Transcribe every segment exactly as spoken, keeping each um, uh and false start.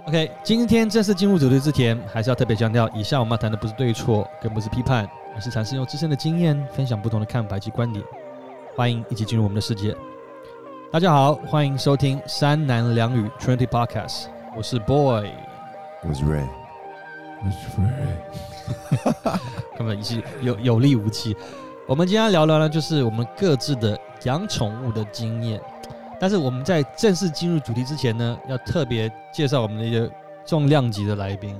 OK， 今天正式进入主题之前，还是要特别强调，以下我们要谈的不是对错，更不是批判，而是尝试用自身的经验分享不同的看法及观点。欢迎一起进入我们的世界。大家好，欢迎收听三男两语 Trinity Podcast， 我是 Boy， 我是 Ray， 我是 Ray， 根本是有有力无气。我们今天要聊聊呢，就是我们各自的养宠物的经验。但是我们在正式进入主题之前呢，要特别介绍我们的一个重量级的来宾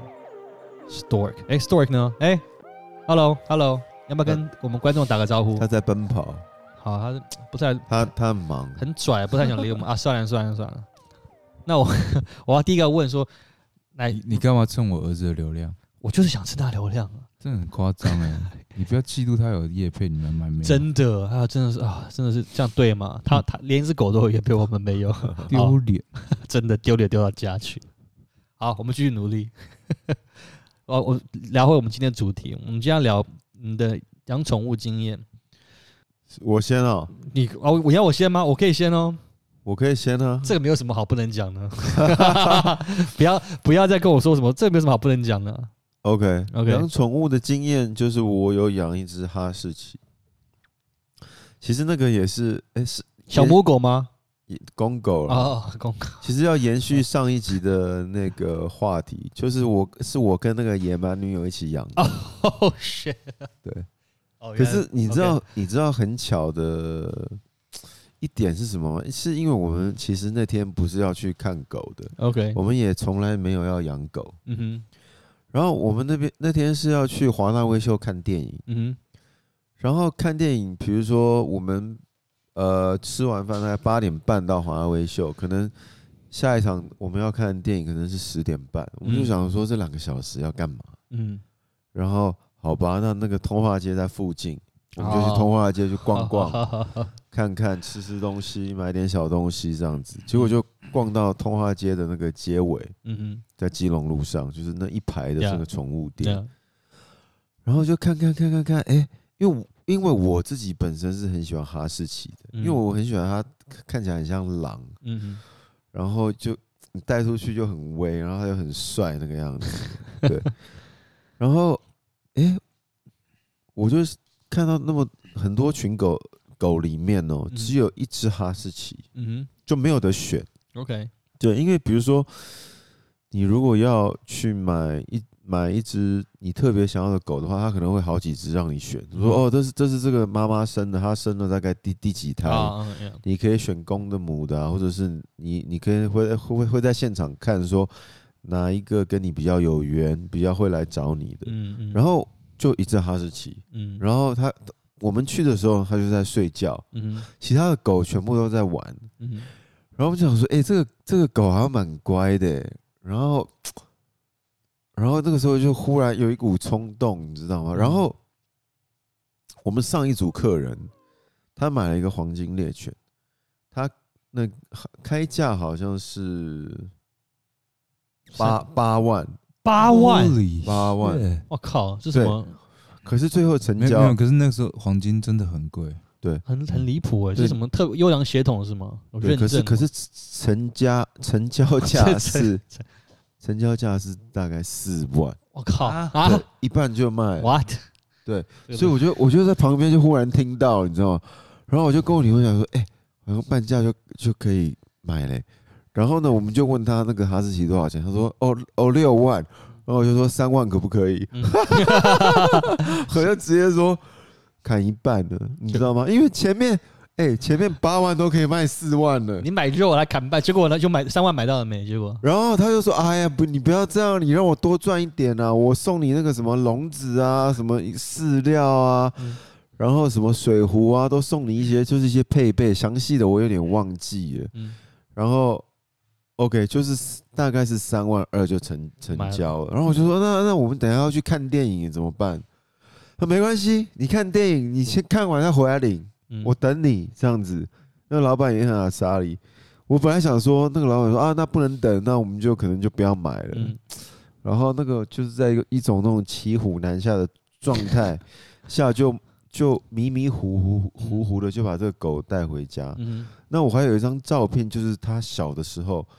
Stork。哎 ，Stork 呢？哎 ，Hello Hello， 要不要跟我们观众打个招呼？ 他在奔跑。 好，他不太他他很忙， 很拽，不太想理我们啊。算了算了算了，那我我要第一个问说，来， 你你干嘛蹭我儿子的流量？ 我就是想吃他流量啊， 真的很夸张哎！你不要嫉妒他有业配，你们买没有？ 真的啊，真的是啊，真的是这样对吗？他他连一只狗都有业配，我们没有， 丢脸， 真的丢脸丢到家去。好，我们继续努力。我我聊回我们今天的主题，我们今天要聊你的养宠物经验。 我先哦， 你哦，我要我先吗？我可以先哦。 我可以先啊。 这个没有什么好不能讲的，不要不要再跟我说什么，这个没有什么好不能讲的。 OK OK， 养宠物的经验就是我有养一只哈士奇，其实那个也是，哎、欸、是小母狗吗？ 公狗了哦，公狗。 其实要延续上一集的那个话题，就是我是我跟那个野蛮女友一起养的。 哦 shit， 对。 哦， 可是你知道， okay， 你知道很巧的一点是什么吗？是因为我们其实那天不是要去看狗的 ，OK， 我们也从来没有要养狗。 嗯哼， 然后我们那边那天是要去华纳威秀看电影， 嗯哼， 然后看电影，比如说我们呃吃完饭大概八点半到华纳威秀，可能下一场我们要看的电影可能是十点半，我们就想说这两个小时要干嘛？嗯，然后好吧，那那个通化街在附近，我们就去通化街去逛逛，哦、看看吃吃东西，买点小东西这样子。结果就逛到通化街的那个街尾，嗯哼，在基隆路上，就是那一排的这个宠物店， yeah, 然后就看看看看看，哎、欸，因为因为我自己本身是很喜欢哈士奇的，嗯、因为我很喜欢它看起来很像狼，嗯哼，然后就你带出去就很威，然后它又很帅那个样子，对，然后。哎、欸，我就看到那么很多群狗狗里面哦、喔，嗯、只有一只哈士奇，嗯哼，就没有得选。 OK， 对，因为比如说，你如果要去买一买一只你特别想要的狗的话，它可能会好几只让你选。嗯、说哦，这是这是这个妈妈生的，她生了大概第第几胎，啊嗯、你可以选公的母的、啊，或者是你你可以会会会在现场看说。哪一个跟你比较有缘，比较会来找你的？嗯嗯、然后就一只哈士奇，嗯、然后他我们去的时候，他就在睡觉，嗯、其他的狗全部都在玩，嗯、然后我们就想说，哎、欸，这个这个狗好像蛮乖的，然后然后那个时候就忽然有一股冲动，你知道吗？然后我们上一组客人，他买了一个黄金猎犬，他那开价好像是。八八万， 八万， 八万！ 我靠，这什么？ 可是最后成交没有，可是那个时候黄金真的很贵， 对， 很很离谱哎，这是什么特优良血统是吗？ 对，可是可是成家成交价是成交价是大概四万， 我靠啊， 一半就卖 ，what？ 对，所以我就我就在旁边就忽然听到，你知道吗？然后我就跟我女朋友讲说，哎、欸，好像半价就就可以买嘞。然后呢，我们就问他那个哈士奇多少钱，他说哦哦六万，然后我就说三万可不可以？嗯、好像直接说砍一半了，你知道吗？因为前面哎、欸、前面八万都可以卖四万了， 你买肉来砍半，结果呢就买三万买到了没？结果， 然后他就说哎呀不，你不要这样，你让我多赚一点啊，我送你那个什么笼子啊，什么饲料啊。嗯然后什么水壶啊，都送你一些，就是一些配备，详细的我有点忘记了。嗯、然后 ，OK， 就是大概是三万二就成成交了。然后我就说，那那我们等一下要去看电影怎么办？他没关系，你看电影，你先看完再回来领，嗯、我等你这样子。那老板也很阿莎里。我本来想说，那个老板说啊，那不能等，那我们就可能就不要买了。嗯、然后那个就是在一个一种那种骑虎难下的状态下就。就迷迷糊糊糊糊的就把这个狗带回家。嗯、那我还有一张照片，就是他小的时候，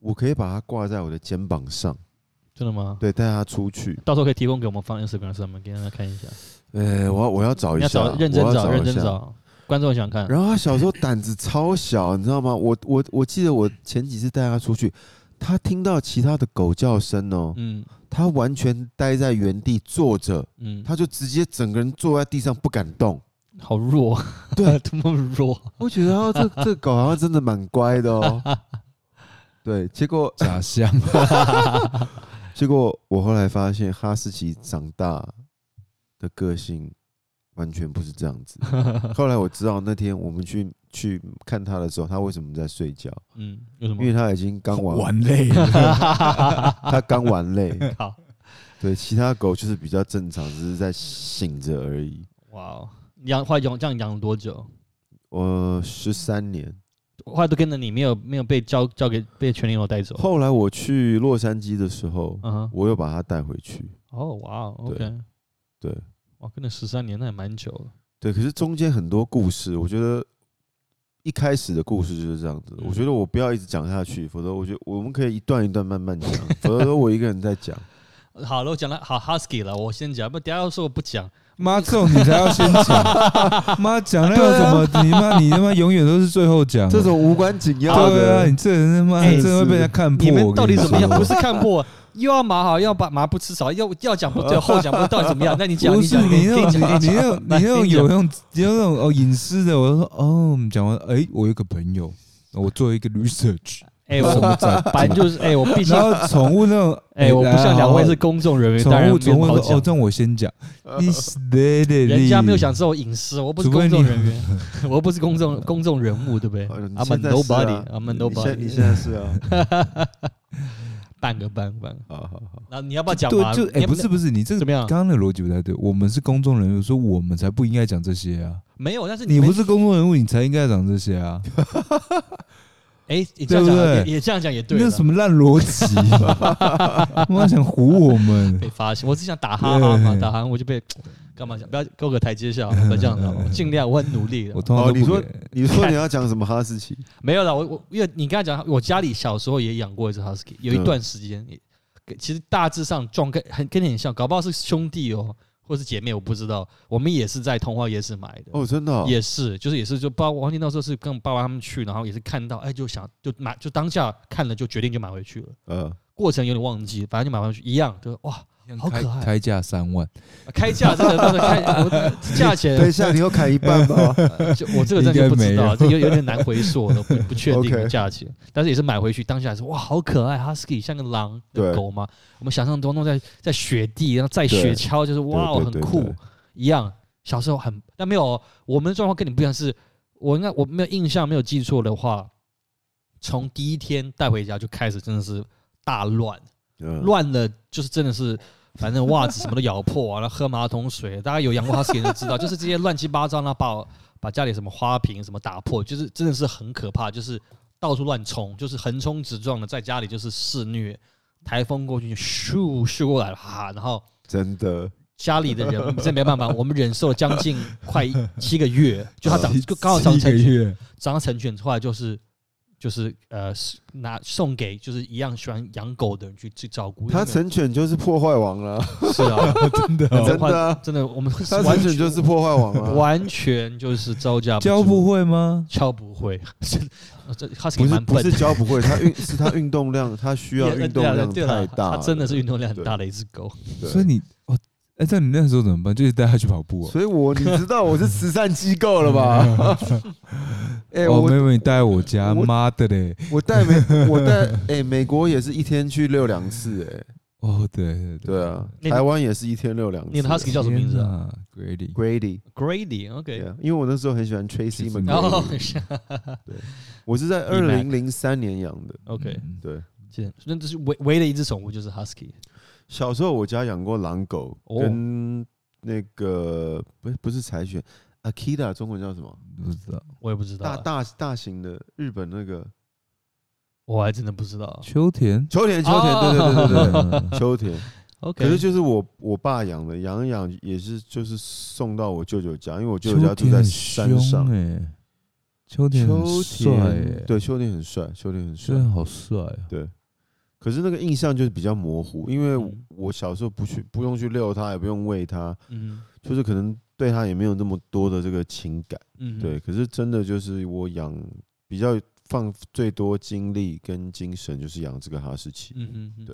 我可以把它挂在我的肩膀上。 真的吗？ 对，带它出去， 到时候可以提供给我们放 Instagram 上面给大家看一下。 呃，我要我要找一下， 你要找认真找， 找认真找，观众想看。 然后他小时候胆子超小，你知道吗？我我我记得我前几次带他出去，他听到其他的狗叫声哦，嗯，他完全待在原地坐着，嗯，他就直接整个人坐在地上不敢动， 好弱， 对， 这么弱。 我觉得哦，这这狗好像真的蛮乖的哦。对，结果假象。 结果我后来发现，哈士奇长大的个性完全不是这样子。后来我知道那天我们去去看他的时候，他为什么在睡觉？嗯，为什么？因为他已经刚玩玩累了， 他刚玩累。 好， 对，其他狗就是比较正常，只是在醒着而已。 哇，养后来养这样养了多久？ 我十三年。 后来都跟着你，没有没有被交交给被全联友带走。 后来我去洛杉矶的时候， uh-huh. 我又把它带回去。 哦，哇 ，OK， 对，对， 哇，跟了十三年，那也蛮久了。 对，可是中间很多故事，我觉得一开始的故事就是这样子。嗯、我觉得我不要一直讲下去，否则我觉得我们可以一段一段慢慢讲，否则我一个人在讲。 好了，我讲了好 Husky 了，我先讲，不，等一下要说我不讲。 妈，这种你才要先讲。妈讲那个什么，你妈你他妈永远都是最后讲。 这种无关紧要的， 对啊，你这人他妈真的会被人家看破。 你们到底怎么样？不是看破，又要马好，要把马不吃草，要要讲不对，后讲不对，到底怎么样？那你讲， 不是你那种你那种你那种有那种有那种哦隐私的，我说哦，讲完哎，我有个朋友，我做一个 research。 哎、欸，我什么反正就是哎、欸，我毕竟然后宠物那种哎、欸，我不像两位是公众人员， 宠物宠物哦， 这样我先讲， 人家没有想知道我隐私，我不是公众人员，我又不是公众公众人物，对不对 ？I'm a nobody，I'm a nobody。 你现在是啊， 半个半个半个。 好好好。 然后你要不要讲嘛？ 就哎、欸，不是不是，你这个怎么样？ 刚刚的逻辑不太对。我们是公众人物，说我们才不应该讲这些啊。 没有，但是你, 你不是公众人物，你才应该讲这些啊。 哎、欸，你这样讲也也这样讲也对， 那什么烂逻辑？我想唬我们， 被发现。我只想打哈哈嘛，打哈我就被干嘛讲？不要给我个台阶下，不要这样子，我尽量，我很努力的。 我通常都不你说你说你要讲什么哈士奇？ 没有啦，我我因为你刚才讲，我家里小时候也养过一只哈士奇，有一段时间，嗯、其实大致上状跟很跟你很像，搞不好是兄弟哦。或是姐妹，我不知道。我们也是在通化夜市买的哦，真的、哦、 也是，就是也是，就爸，我忘记那时候是跟爸爸他们去，然后也是看到，哎，就想就买，就当下看了就决定就买回去了。嗯，过程有点忘记，反正就买回去一样，就哇，好可爱。 开价三万， 开价真的真的开价钱。 等一下，你又砍一半吗？ 就我这个真的不知道，这有有点难回溯了，不不确定的价钱。但是也是买回去，当下还是哇，好可爱 ，Husky 像个狼的狗吗？我们想象中弄在在雪地，然后在雪橇，就是哇，很酷。一样，小时候很，但没有我们的状况跟你不一样，是我应该我没有印象，没有记错的话，从第一天带回家就开始真的是大乱，乱了就是真的是，反正袜子什么都咬破啊，然后喝马桶水，大家有养过哈士奇就知道，就是这些乱七八糟，然后把把家里什么花瓶什么打破，就是真的是很可怕，就是到处乱冲，就是横冲直撞的，在家里就是肆虐，台风过去咻咻过来了，哈，然后真的。 家里的人真没办法，我们忍受了将近快七个月，就他长就刚好长成犬，长成犬，后来就是就是呃拿送给就是一样喜欢养狗的人去去照顾。 他成犬就是破坏王了， 是啊， 真的、 哦、真的、啊、 真的，我们他成犬就是破坏王啊， 完全就是招架不住。 教不会吗？ 教不会，这他不是不是教不会，他运是他运动量，他需要运动量太大， 他真的是运动量很大的一只狗。 所以你哦。哎，那你那时候怎么办？就是带他去跑步、哦。 所以我你知道我是慈善机构了吧？ 哎、欸，我妹妹你带我家，妈的嘞！ 我带美，我带哎、欸，美国也是一天去遛两次哎、欸。 哦，对对对啊，台湾也是一天遛两次。 你的 Husky 叫什么名字啊 ？Grady Grady Grady，OK。 因为我那时候很喜欢 Tracy McGrady。 哦， 对，我是在二零零三年养的。 OK， 对， 那这是唯唯的一只宠物就是 Husky。 小时候我家养过狼狗，跟那个不是不是柴犬 ，Akita 中文叫什么？ 不知道， 我也不知道。 大大大型的日本那个， 我还真的不知道。 秋田， 秋田，秋田，对对对对对，秋田。 OK， 可是就是我我爸养的，养一养也是就是送到我舅舅家，因为我舅舅家住在山上。 哎，秋田很帅， 对，秋田很帅，秋田很帅， 秋田好帅啊。 对。 可是那个印象就是比较模糊，因为嗯我小时候不去不用去遛它，也不用喂它， 嗯就是可能对它也没有那么多的这个情感。 嗯， 对，可是真的就是我养比较放最多精力跟精神，就是养这个哈士奇。 嗯嗯， 对。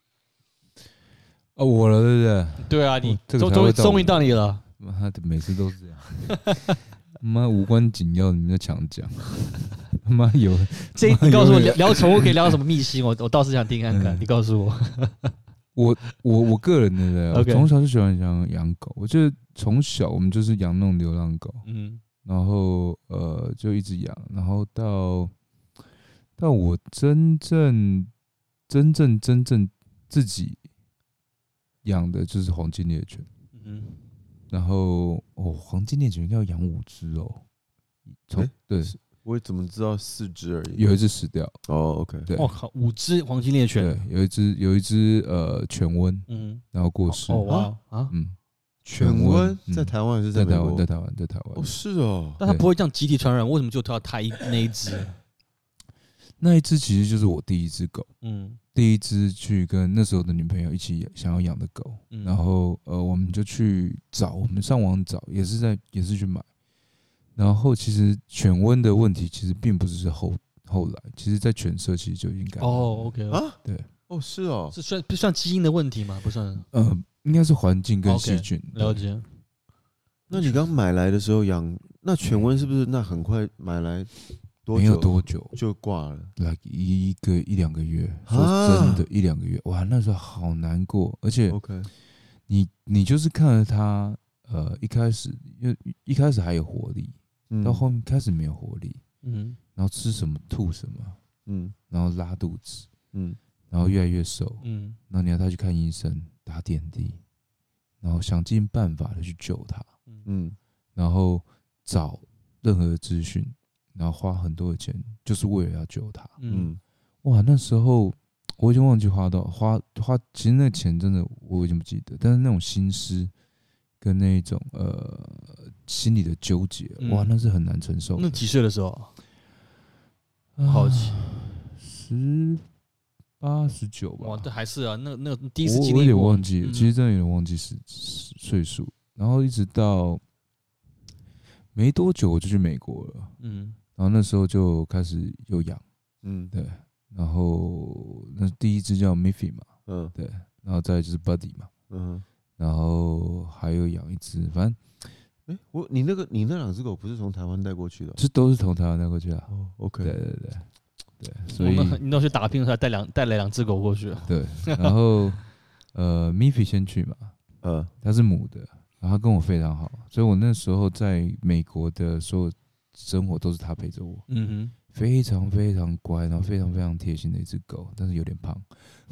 哦，我了，对不对？ 对啊，你这个终终于终于才会到我到你了。 妈的，每次都是这样。妈无关紧要，你们在强讲。妈有， 这你告诉我有聊聊宠物可以聊什么秘辛？我我倒是想听看看， 嗯你告诉我。 我我我个人的，我 OK 从小就喜欢养养狗。我觉得从小我们就是养那种流浪狗， 嗯然后呃就一直养，然后到到我真正真正真正自己养的就是黄金猎犬。 嗯然后哦，黄金猎犬要养五只哦。从、 欸对， 我怎么知道四只而已？ 有一只死掉。 哦 ，OK， 对， 我靠，五只黄金猎犬。 对，有一只有一只呃犬瘟， 嗯， 然后过世。 哦哇啊， 嗯， 犬瘟瘟在台湾还是在台湾， 在美国？ 在台湾，在台湾。 哦，是哦， 但它不会这样集体传染，为什么就挑它一那一只？ 那一只其实就是我第一只狗， 嗯第一只去跟那时候的女朋友一起想要养的狗， 嗯然后呃，我们就去找，我们上网找，也是在也是去买。然后其实犬瘟的问题其实并不只是后后来，其实在犬舍其实就应该哦 OK 啊， 对， 哦是哦， 是算不算基因的问题吗？不算。 呃，应该是环境跟 OK， 细菌。 了解。 那你刚买来的时候养，那犬瘟是不是那很快买来多久没有多久， 就挂了？ 来一个一两个月， 啊说真的，一两个月，哇，那时候好难过，而且 OK， 你你就是看着它，呃，一开始因为一开始还有活力， 嗯到后面开始没有活力， 嗯然后吃什么吐什么， 嗯然后拉肚子， 嗯然后越来越瘦， 嗯然后你要他去看医生，打点滴，然后想尽办法的去救他， 嗯然后找任何的资讯，然后花很多的钱，就是为了要救他。 嗯嗯哇，那时候我已经忘记花到花花，其实那个钱真的我已经不记得，但是那种心思跟那一种呃心理的纠结， 嗯哇，那是很难承受的。 那几岁的时候？ 啊好奇， 十八十九吧。 哇，这还是啊，那那第一次我我有点经历过忘记了， 嗯其实真的有点忘记是是岁数，然后一直到没多久我就去美国了， 嗯然后那时候就开始有养， 嗯对，然后那第一只叫 Miffy 嘛， 嗯对，然后再来就是 Buddy 嘛， 嗯， 然后还有养一只，反正哎，我你那个你那两只狗不是从台湾带过去的哦？ 这都是从台湾带过去的啊， 哦，OK， 对对对对，所以我们你要去打拼的时候带两带来两只狗过去了。 对，然后呃 Miffy 先去嘛， 呃， 它是母的，然后它跟我非常好，所以我那时候在美国的所有生活都是它陪着我， 嗯非常非常乖，然后非常非常贴心的一只狗，但是有点胖，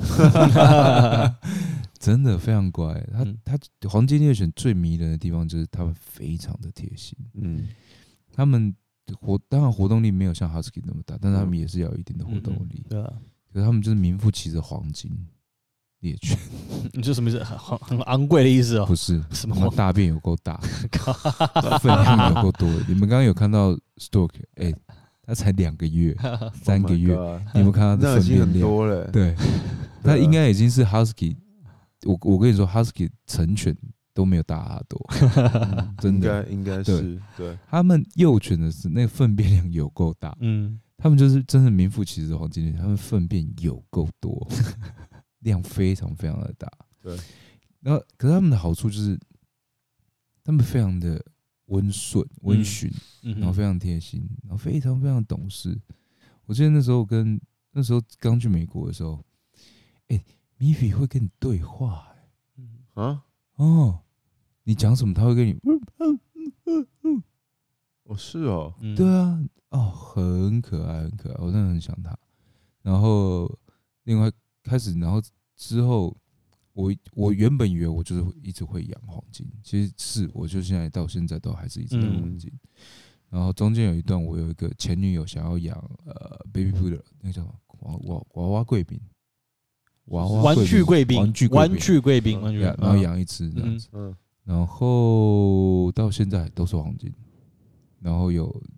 真的非常乖。它嗯它黄金猎犬最迷人的地方就是它们非常的贴心， 嗯它们活当然活动力没有像 Husky 那么大，但是它们也是要有一定的活动力。 对啊， 可是它们就是名副其实的黄金猎犬， 你这什么意思？很很很昂贵的意思哦不？是什么他妈大便有够大，分量有够多的。你们刚刚有看到 Stork， 哎、欸，它才两个月、三个月， Oh my god， 你有没有看到那已经很粪便量？ 多了。 对，它应该已经是 Husky。我我跟你说 ，Husky 成犬都没有大它多， 嗯真应的。 该应该是对。 他们幼犬的是那个粪便量有够大， 嗯他们就是真的名副其实的黄金猎犬，他们粪便有够多，量非常非常的大。 对， 然后可是他们的好处就是，他们非常的温顺、温驯， 嗯哼， 然后非常贴心，然后非常非常懂事。我记得那时候跟那时候刚去美国的时候，哎、欸、，Miffy 会跟你对话、欸， 嗯啊， 哦，你讲什么他会跟你，嗯嗯嗯嗯， 哦是哦， 嗯对啊，哦，很可爱，很可爱，我真的很想他。然后另外开始，然后之后，我我原本以为我就是一直会养黄金，其实是我就现在到现在都还是一直养黄金。嗯、然后中间有一段，我有一个前女友想要养呃 baby poodle， 那个叫什么娃娃娃娃贵宾，娃娃玩具贵宾， 玩具玩具贵宾， 嗯、然后养一只这样子， 嗯， 然后到现在都是黄金，然后有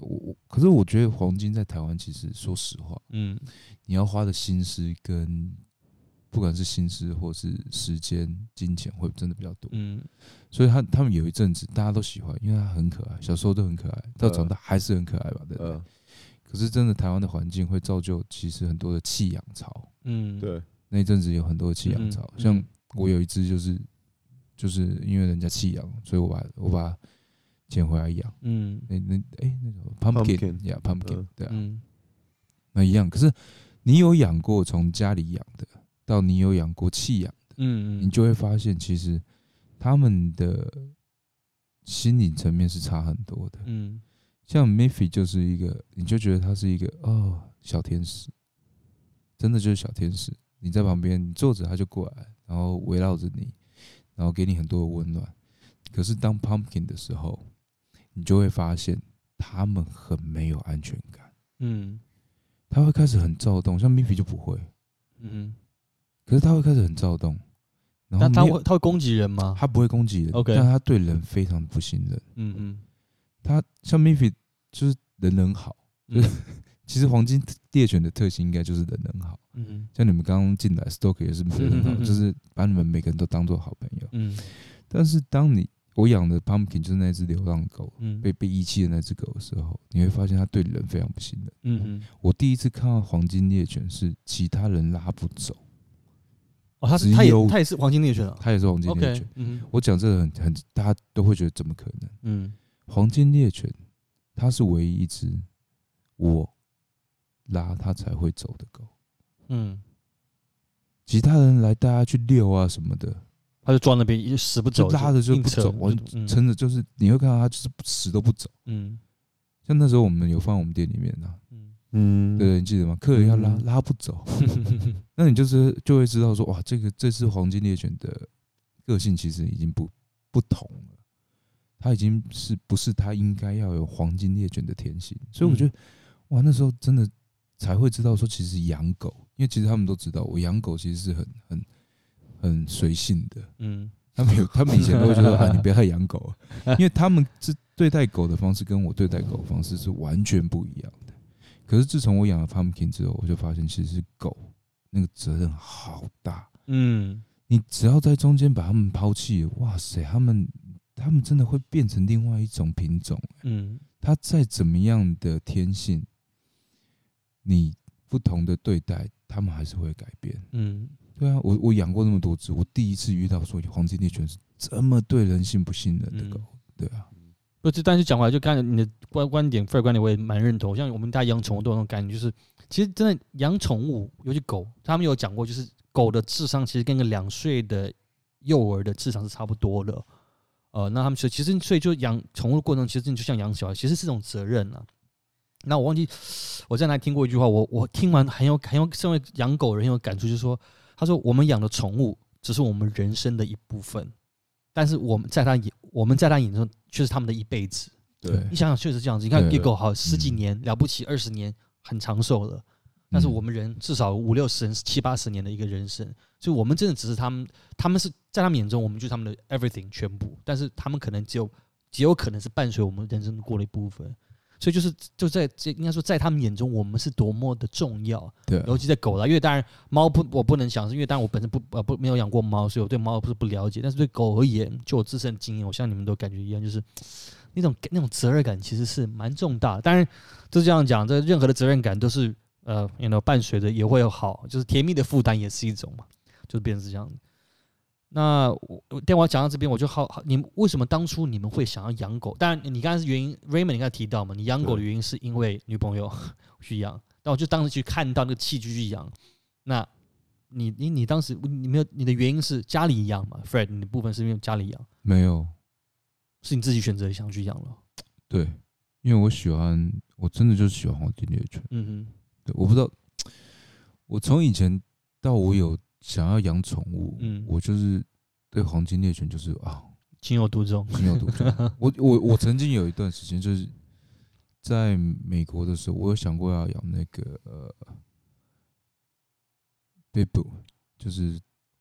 我我，可是我觉得黄金在台湾其实说实话， 嗯， 你要花的心思跟不管是心思或是时间、金钱，会真的比较多。 嗯， 所以他他们有一阵子大家都喜欢，因为他很可爱，小时候都很可爱，到长大还是很可爱吧，对不对？ 呃， 可是真的台湾的环境会造就其实很多的弃养潮， 嗯， 对， 那一阵子有很多的弃养潮， 嗯嗯像我有一只就是就是因为人家弃养，所以我把我把它捡回来养。 嗯， 那那哎那种 Pumpkin pumpkin 呀 pumpkin 嗯对啊， 嗯那一样。可是你有养过从家里养的，到你有养过弃养的， 嗯你就会发现其实他们的心理层面是差很多的。 嗯像 Miffy 就是一个，你就觉得他是一个哦小天使，真的就是小天使。你在旁边，你坐着他就过来，然后围绕着你，然后给你很多的温暖。可是当 Pumpkin 的时候，你就会发现他们很没有安全感， 嗯他会开始很躁动，像 Miffy 就不会， 嗯， 可是他会开始很躁动，然后那他没有会他会攻击人吗？ 他不会攻击人 OK 但他对人非常不信任。 嗯嗯， 他像 Miffy 就是人人好，就是其实黄金猎犬的特性应该就是人人好。 嗯像你们刚刚进来 ，Stoke 也是人人好， 嗯就是把你们每个人都当做好朋友。 嗯但是当你我养的 Pumpkin 就是那只流浪狗， 嗯， 被被遗弃的那只狗的时候，你会发现它对人非常不信任。 嗯嗯， 我第一次看到黄金猎犬是其他人拉不走， 哦，他是只有他也他也是黄金猎犬啊它也是黄金猎 ，OK， 犬。 嗯我讲这个很很，大家都会觉得怎么可能？ 嗯黄金猎犬它是唯一一只我拉它才会走的狗， 嗯， 其他人来带它去遛啊什么的， 他就撞那边，就死不走， 就拉着就硬扯不走，完嗯撑着就是你会看到它就是死都不走。 嗯像那时候我们有放我们店里面啊， 嗯嗯， 对，你记得吗？客人要拉嗯拉不走，那你就是就会知道说，哇，这个这只黄金猎犬的个性其实已经不不同了，它已经是不是它应该要有黄金猎犬的天性，所以我觉得，哇，那时候真的才会知道说，其实养狗，因为其实他们都知道，我养狗其实是很很很随性的， 嗯他们有，他们以前都会觉得啊，你不要太养狗了，因为他们是对待狗的方式跟我对待狗的方式是完全不一样的。可是自从我养了 Pumpkin 之后，我就发现其实是狗那个责任好大。 嗯你只要在中间把他们抛弃，哇塞，他们他们真的会变成另外一种品种。 嗯它再怎么样的天性，你不同的对待，他们还是会改变。 嗯对啊，我我养过那么多只，我第一次遇到说黄金猎犬是这么对人性不信任的狗。对啊， 不是，但是讲回来，就刚才你的观观点，菲尔观点我也蛮认同。像我们大家养宠物都有那种感觉，就是其实真的养宠物，尤其狗，他们有讲过，就是狗的智商其实跟个两岁的幼儿的智商是差不多的。呃，那他们说，其实所以就养宠物的过程，其实就像养小孩，其实是一种责任啊。那我忘记我在哪里听过一句话，我我听完很有很有，身为养狗人很有感触，就是说，他说我们养的宠物只是我们人生的一部分，但是我们在他眼我们在他眼中却是他们的一辈子。 对你想想，确实是这样子。你看， 对一狗好十几嗯年、了不起，二十年很长寿了。但是我们人至少五六十、七八十年的一个人生，所以我们真的只是他们，他们是在他们眼中，我们就是他们的 everything 全部。但是他们可能只有，极有可能是伴随我们人生过的一部分。所以就是就在这应该说，在他们眼中，我们是多么的重要。 对啊， 尤其在狗啦，因为当然猫不，我不能想，是因为当然我本身不呃不没有养过猫，所以我对猫不是不了解。但是对狗而言，就我自身的经验，我像你们都感觉一样，就是那种那种责任感其实是蛮重大的。当然，就是这样讲，这任何的责任感都是呃，you know 伴随着也会有好，就是甜蜜的负担也是一种嘛，就是变成是这样的。那我电话讲到这边，我就好好，你们为什么当初你们会想要养狗？当然，你刚才是原因 ，Raymond 你刚才提到嘛，你养狗的原因是因为女朋友去养，那我就当时去看到那个器具去养。那你你你当时你没有你的原因是家里养嘛 ？Fred， 你的部分是因为家里养， 没有， 是你自己选择想去养了。 对，因为我喜欢，我真的就是喜欢黄金猎犬。 嗯哼， 对，我不知道，我从以前到我有想要养宠物， 嗯我就是对黄金猎犬就是啊， 情有独钟。 情有独钟。我我我曾经有一段时间就是在美国的时候，我有想过要养那个呃 Pitbull，就是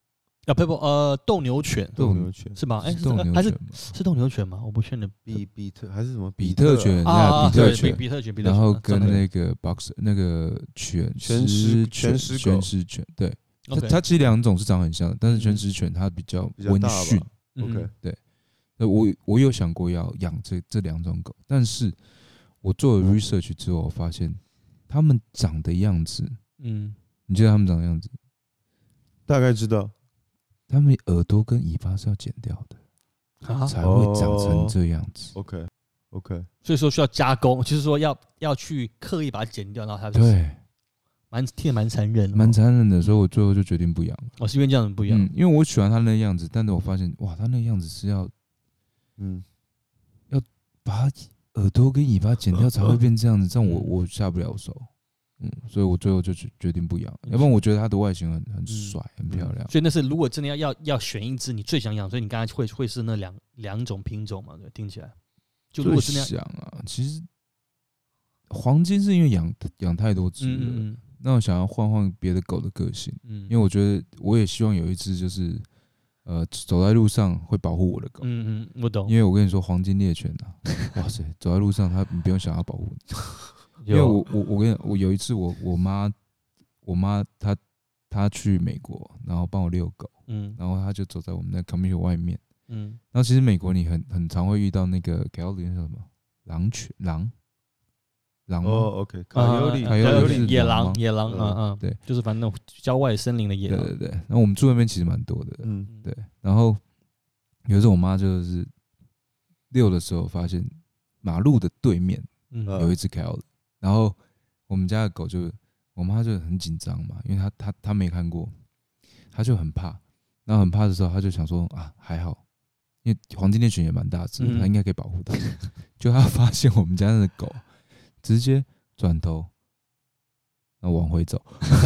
啊不不呃斗牛犬， 斗牛犬是吗？哎、 是斗牛犬还是吗是斗牛犬吗？我不确定。 比比特还是什么比特犬， 啊，对比特犬， 比特犬，比特犬， 然后跟真的那个 box 那个犬全狮狮全狮狗犬犬狮犬，对，它 OK 它其实两种是长很像的，但是犬狮犬它比较温比较大吧驯。 嗯 OK， 那我我有想过要养这这两种狗，但是我做了 research 之后，我发现它们长的样子， 嗯， 你觉得它们长的样子？ 大概知道。 它们耳朵跟尾巴是要剪掉的， 啊， 才会长成这样子。 OK OK， 所以说需要加工，就是说要要去刻意把它剪掉，然后它就是对， 蛮听得蛮残忍的， 蛮残忍的，所以我最后就决定不养了。 哦，是因为这样子不一样， 嗯，因为我喜欢它那个样子，但是我发现哇，它那个样子是要嗯， 把它耳朵跟尾巴剪掉才会变这样子，这样我我下不了手。嗯，所以我最后就决定不养，要不然我觉得它的外形很很帅，很漂亮。 所以那是如果真的要要要选一只你最想养，所以你刚才会会是那两两种品种嘛？对，听起来就如果真的要想啊，其实黄金是因为养养太多只了， 嗯嗯那我想要换换别的狗的个性， 嗯， 因为我觉得我也希望有一只就是呃走在路上会保护我的狗。 嗯嗯，我懂， 因为我跟你说，黄金猎犬啊，哇塞，走在路上它你不用想要保护你。因为有我我我跟你我有一次我我妈我妈她她去美国，然后帮我遛狗， 嗯然后她就走在我们的 community 外面， 嗯然后其实美国你很很常会遇到那个 coyote 叫什么狼犬狼狼吗哦 OK，卡啊尤里卡尤里有点野是狼吗狼野狼， 嗯嗯嗯， 对， 就是反正那种郊外森林的野狼， 对对对，然后我们住那边其实蛮多的， 嗯对，然后有一次我妈就是遛的时候发现马路的对面嗯呃有一只 coyote，然后我们家的狗就，我妈就很紧张嘛，因为她她她没看过，她就很怕，然后很怕的时候，她就想说啊还好，因为黄金猎犬也蛮大只的， 嗯她应该可以保护它。就她发现我们家的狗直接转头，然后往回走，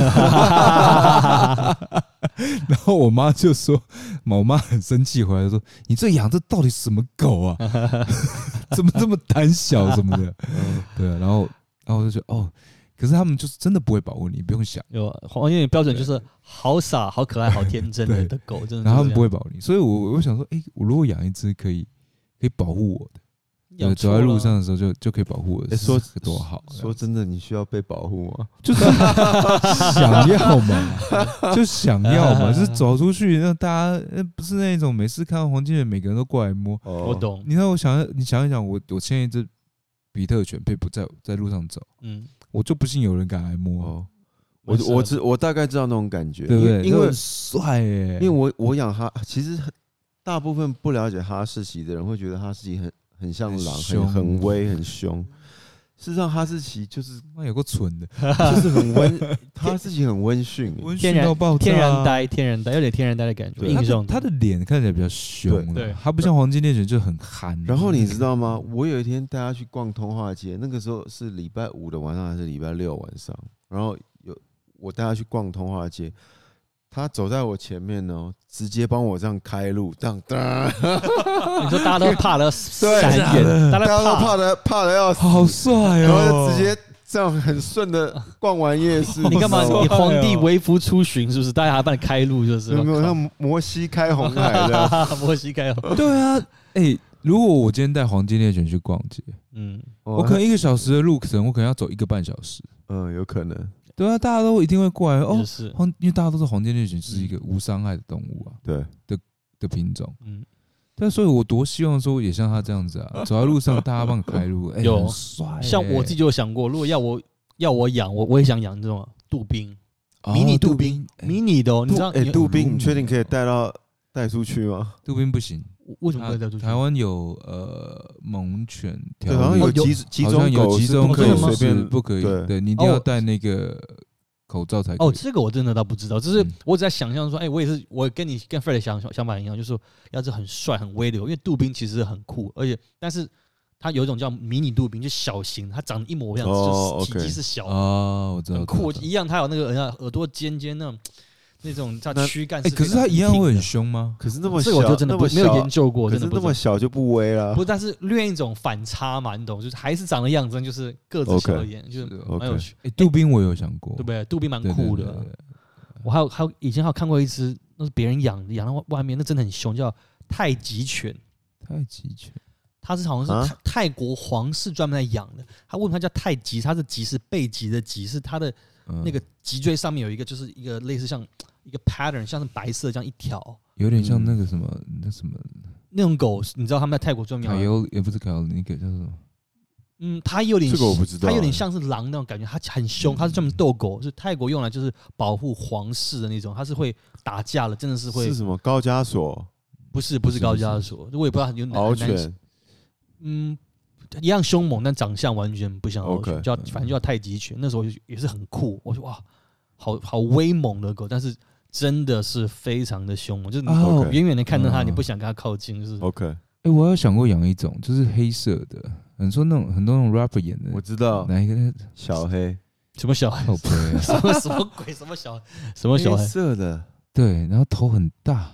然后我妈就说，我妈很生气回来说，你这养这到底什么狗啊？怎么这么胆小什么的？对啊，然后然后我就觉得哦。可是他们就是真的不会保护你，不用想。 有黄金的标准就是好傻、好可爱、好天真的对的狗，真的。 然后他们不会保护你，所以我我想说，哎、欸，我如果养一只可以可以保护我的， 养走在路上的时候就就可以保护我的， 欸、说多好。 说真的，你需要被保护吗？ 就是想要嘛，就想要嘛，就是走出去，那大家不是那种每次看到黄金人，每个人都过来摸。 我懂。 你看，我想你想一想，我我牵一只比特犬佩普在在路上走，嗯。我就不信有人敢来摸、哦， 我我知我大概知道那种感觉， 对不对？ 因为帅耶， 因为我我养哈，其实大部分不了解哈士奇的人会觉得哈士奇很很像狼，很很威，很凶。事实上，哈士奇就是妈有个蠢的， 就是很温，哈士奇很温驯， 天然天然呆，天然呆，有点天然呆的感觉。 他的他的脸看起来比较凶，对，他不像黄金猎犬就很憨。 然后你知道吗？我有一天带他去逛通化街，那个时候是礼拜五的晚上还是礼拜六晚上？然后有我带他去逛通化街，他走在我前面呢，直接帮我这样开路，这样。 你说大家都怕的闪远， 大家都怕的怕的要死， 好帅哦！ 然后就直接这样很顺的逛完夜市。 你干嘛？你皇帝微服出巡是不是？大家还帮你开路就是？ 有没有像摩西开红海的？ 摩西开红。 对啊，哎、欸，如果我今天带黄金猎犬去逛街，嗯，我可能一个小时的路程，我可能要走一个半小时。 嗯，有可能。 对啊，大家都一定会过来哦。 是黄，因为大家都是黄金猎犬是一个无伤害的动物啊， 对的的品种。嗯，但所以，我多希望说也像他这样子啊，走在路上大家帮你开路，哎、欸， 有帅、欸。 像我自己就有想过，如果要我要我养，我我也想养这种杜宾， 哦、 迷你杜宾，迷你的哦，你知道？ 哎、欸，杜宾，你确定可以带到带出去吗？ 杜宾不行。 为什么不可以带出去？ 台湾有呃猛犬条例， 好像有几几种狗是不可以随便， 不可以，对你一定要戴那个口罩才可以。 哦，这个我真的倒不知道，只是我只在想象说，哎、欸，我也是，我跟你跟 Fred 想想法一样，就是要是很帅、很威流，因为杜宾其实很酷，而且但是它有一种叫迷你杜宾，就小型，它长得一模一样， 哦、 就是体积是小的， 哦，我知道， 很酷，一样，它有那个耳朵尖尖那种。那种叫躯干， 哎，可是它一样会很凶吗？ 可是那么小，这个我就真的没有研究过，真的那么小就不威了。 不，但是另一种反差嘛，你懂？就是还是长得样子，就是个子小一点，就是蛮有趣。 哎，杜宾我有想过， 对不对？杜宾蛮酷的。我还有还有以前还有看过一只那是别人养的，养到外面，那真的很凶，叫太极犬。 太极犬， 它是好像是泰、 啊、 泰国皇室专门在养的。他为什么它叫太极？它的极是背脊的极，是它的那个脊椎上面有一个，就是一个类似像一个 pattern， 像是白色这样一条， 有点像那个什么、嗯、那什么那种狗，你知道他们在泰国专门养。 凯尤也不是凯尤，那个叫什么？ 嗯，它有点这个我不知道， 它有点像是狼那种感觉，它很凶，它是专门斗狗，是泰国用来就是保护皇室的那种，它是会打架了，真的是会。 是什么高加索？ 不是，不是高加索，我也不知道有哪獒犬。 嗯，一样凶猛，但长相完全不像獒犬， Okay, 叫反正就叫太极犬。那时候也是很酷，我说哇，好好威猛的狗，但是真的是非常的凶猛，就是你远远的看到它，你不想跟它靠近，就是。 OK。 哎、欸，我有想过养一种，就是黑色的，很多那种很多那种 rapper 演的， 我知道哪一个小黑？ 什么小黑？ 好悲啊！ 什么什么鬼？什么小什么小黑？ 黑色的， 对，然后头很大。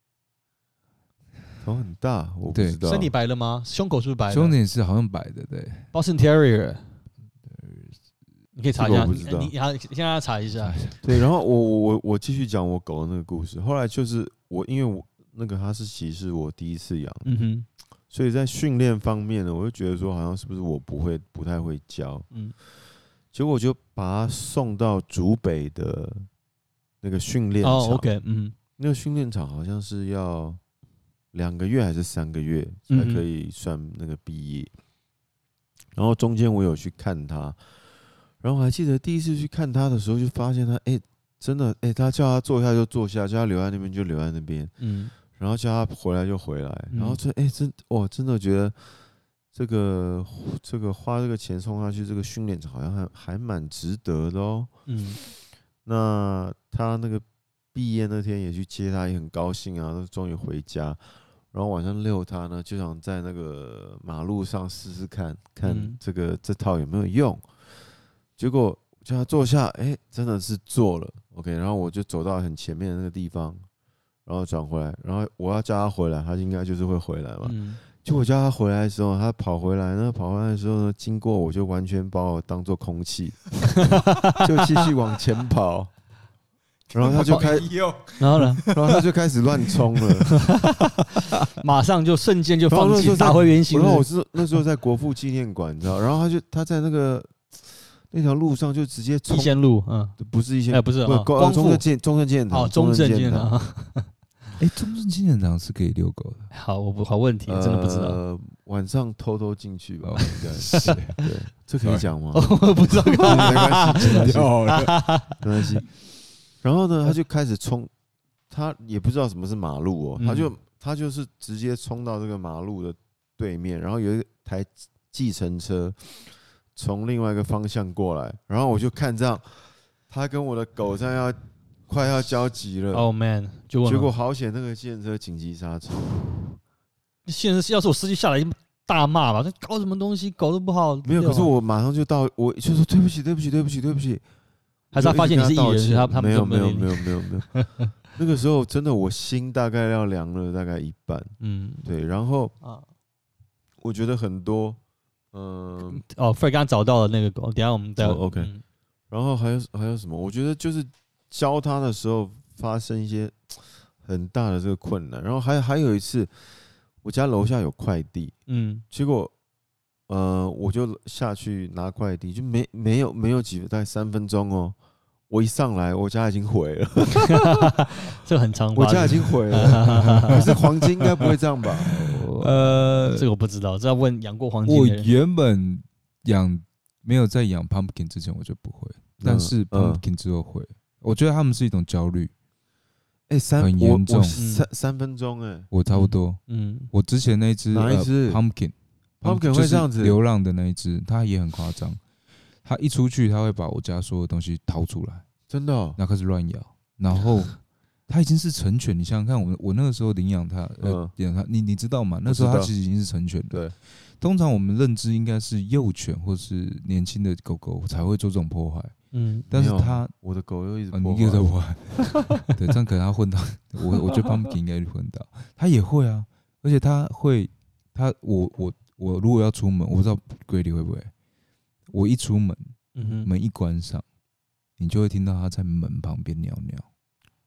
头很大，我不知道。 身体白了吗？胸口是不是白的？ 胸点是好像白的，对。 Boston Terrier， 你可以查一下， 我不知道， 你你先让他查一下。 对，然后我我我我继续讲我狗的那个故事。后来就是我，因为我那个哈士奇是我第一次养， 嗯哼， 所以在训练方面呢，我就觉得说好像是不是我不会不太会教，嗯，结果我就把它送到竹北的那个训练场。 哦 ，OK， 嗯， 那个训练场好像是要两个月还是三个月才可以算那个毕业，嗯、然后中间我有去看他，然后我还记得第一次去看他的时候，就发现他，哎、欸，真的，哎、欸，他叫他坐下就坐下，叫他留在那边就留在那边，嗯，然后叫他回来就回来，然后这，哎、欸，真，哇，真的觉得这个这个花这个钱送他去这个训练场，好像还还蛮值得的哦，嗯，那他那个毕业那天也去接他，也很高兴啊，终于回家。然后晚上遛他呢，就想在那个马路上试试看，看这个、嗯、这套有没有用。结果叫他坐下，哎、欸，真的是坐了。OK， 然后我就走到很前面的那个地方，然后转回来，然后我要叫他回来，他应该就是会回来嘛。嗯、就我叫他回来的时候，他跑回来呢，跑回来的时候呢，经过我就完全把我当作空气，就继续往前跑。然后他就开， 然后呢？ 然后他就开始乱冲了， 马上就瞬间就放弃，打回原形。 然后我是那时候在国父纪念馆，你知道，然后他就他在那个那条路上就直接冲一线路，嗯， 不是一线， 哎，不是， 不，中正纪中正纪念堂， 哦，中正纪念堂。 哎，中正纪念堂是可以遛狗的。 好，我不好问题，真的不知道。 呃，晚上偷偷进去吧，应该是。对，这可以讲吗？ 我不知道， 没关系，剪掉了，没关系。然后呢，他就开始冲，他也不知道什么是马路哦，嗯、他就他就是直接冲到这个马路的对面，然后有一台计程车从另外一个方向过来，然后我就看这样，他跟我的狗这样要快要交集了。 Oh man！ 结果好险，那个计程车紧急刹车。 现在要是我司机下来大骂吧，这搞什么东西，狗都不好。 没有，可是我马上就到，我就说对不起，对不起，对不起，对不起。 还是他发现你是艺人，他他没有没有没有没有没有，那个时候真的我心大概要凉了大概一半，嗯，对，然后啊，我觉得很多，嗯， 哦 ，Fred 刚刚找到了那个狗，等一下我们再 OK，然后还有还有什么？我觉得就是教他的时候发生一些很大的这个困难，然后还还有一次，我家楼下有快递，嗯，结果。呃，我就下去拿快递，就没没有没有几大概三分钟哦，我一上来，我家已经毁了， 这个很常我家已经毁了，可是黄金应该不会这样吧？ 呃，这个我不知道，这要问养过黄金的人。 我原本养没有在养 pumpkin 之前我就不会，但是 pumpkin 之后会，我觉得他们是一种焦虑， 哎、欸，三很严重， 三三分钟哎、欸， 我差不多，嗯，我之前那只哪一只、 呃、pumpkin。 他们可能会这样子， 流浪的那一只，它也很夸张。它一出去，它会把我家所有东西掏出来， 真的、哦， 然后开始乱咬。然后它已经是成犬，你想想看，我我那个时候领养它，呃，领养它，你你知道吗？那时候它其实已经是成犬了。 对， 通常我们认知应该是幼犬或是年轻的狗狗才会做这种破坏。嗯，但是它， 我的狗又一直破坏， 哦、你又在破坏。对，这样可能它混到我，我觉得 Pumpkin 应该混到，它也会啊，而且它会，它我我。我如果要出门，我不知道 Grady 会不会。我一出门，嗯、门一关上，你就会听到他在门旁边尿尿。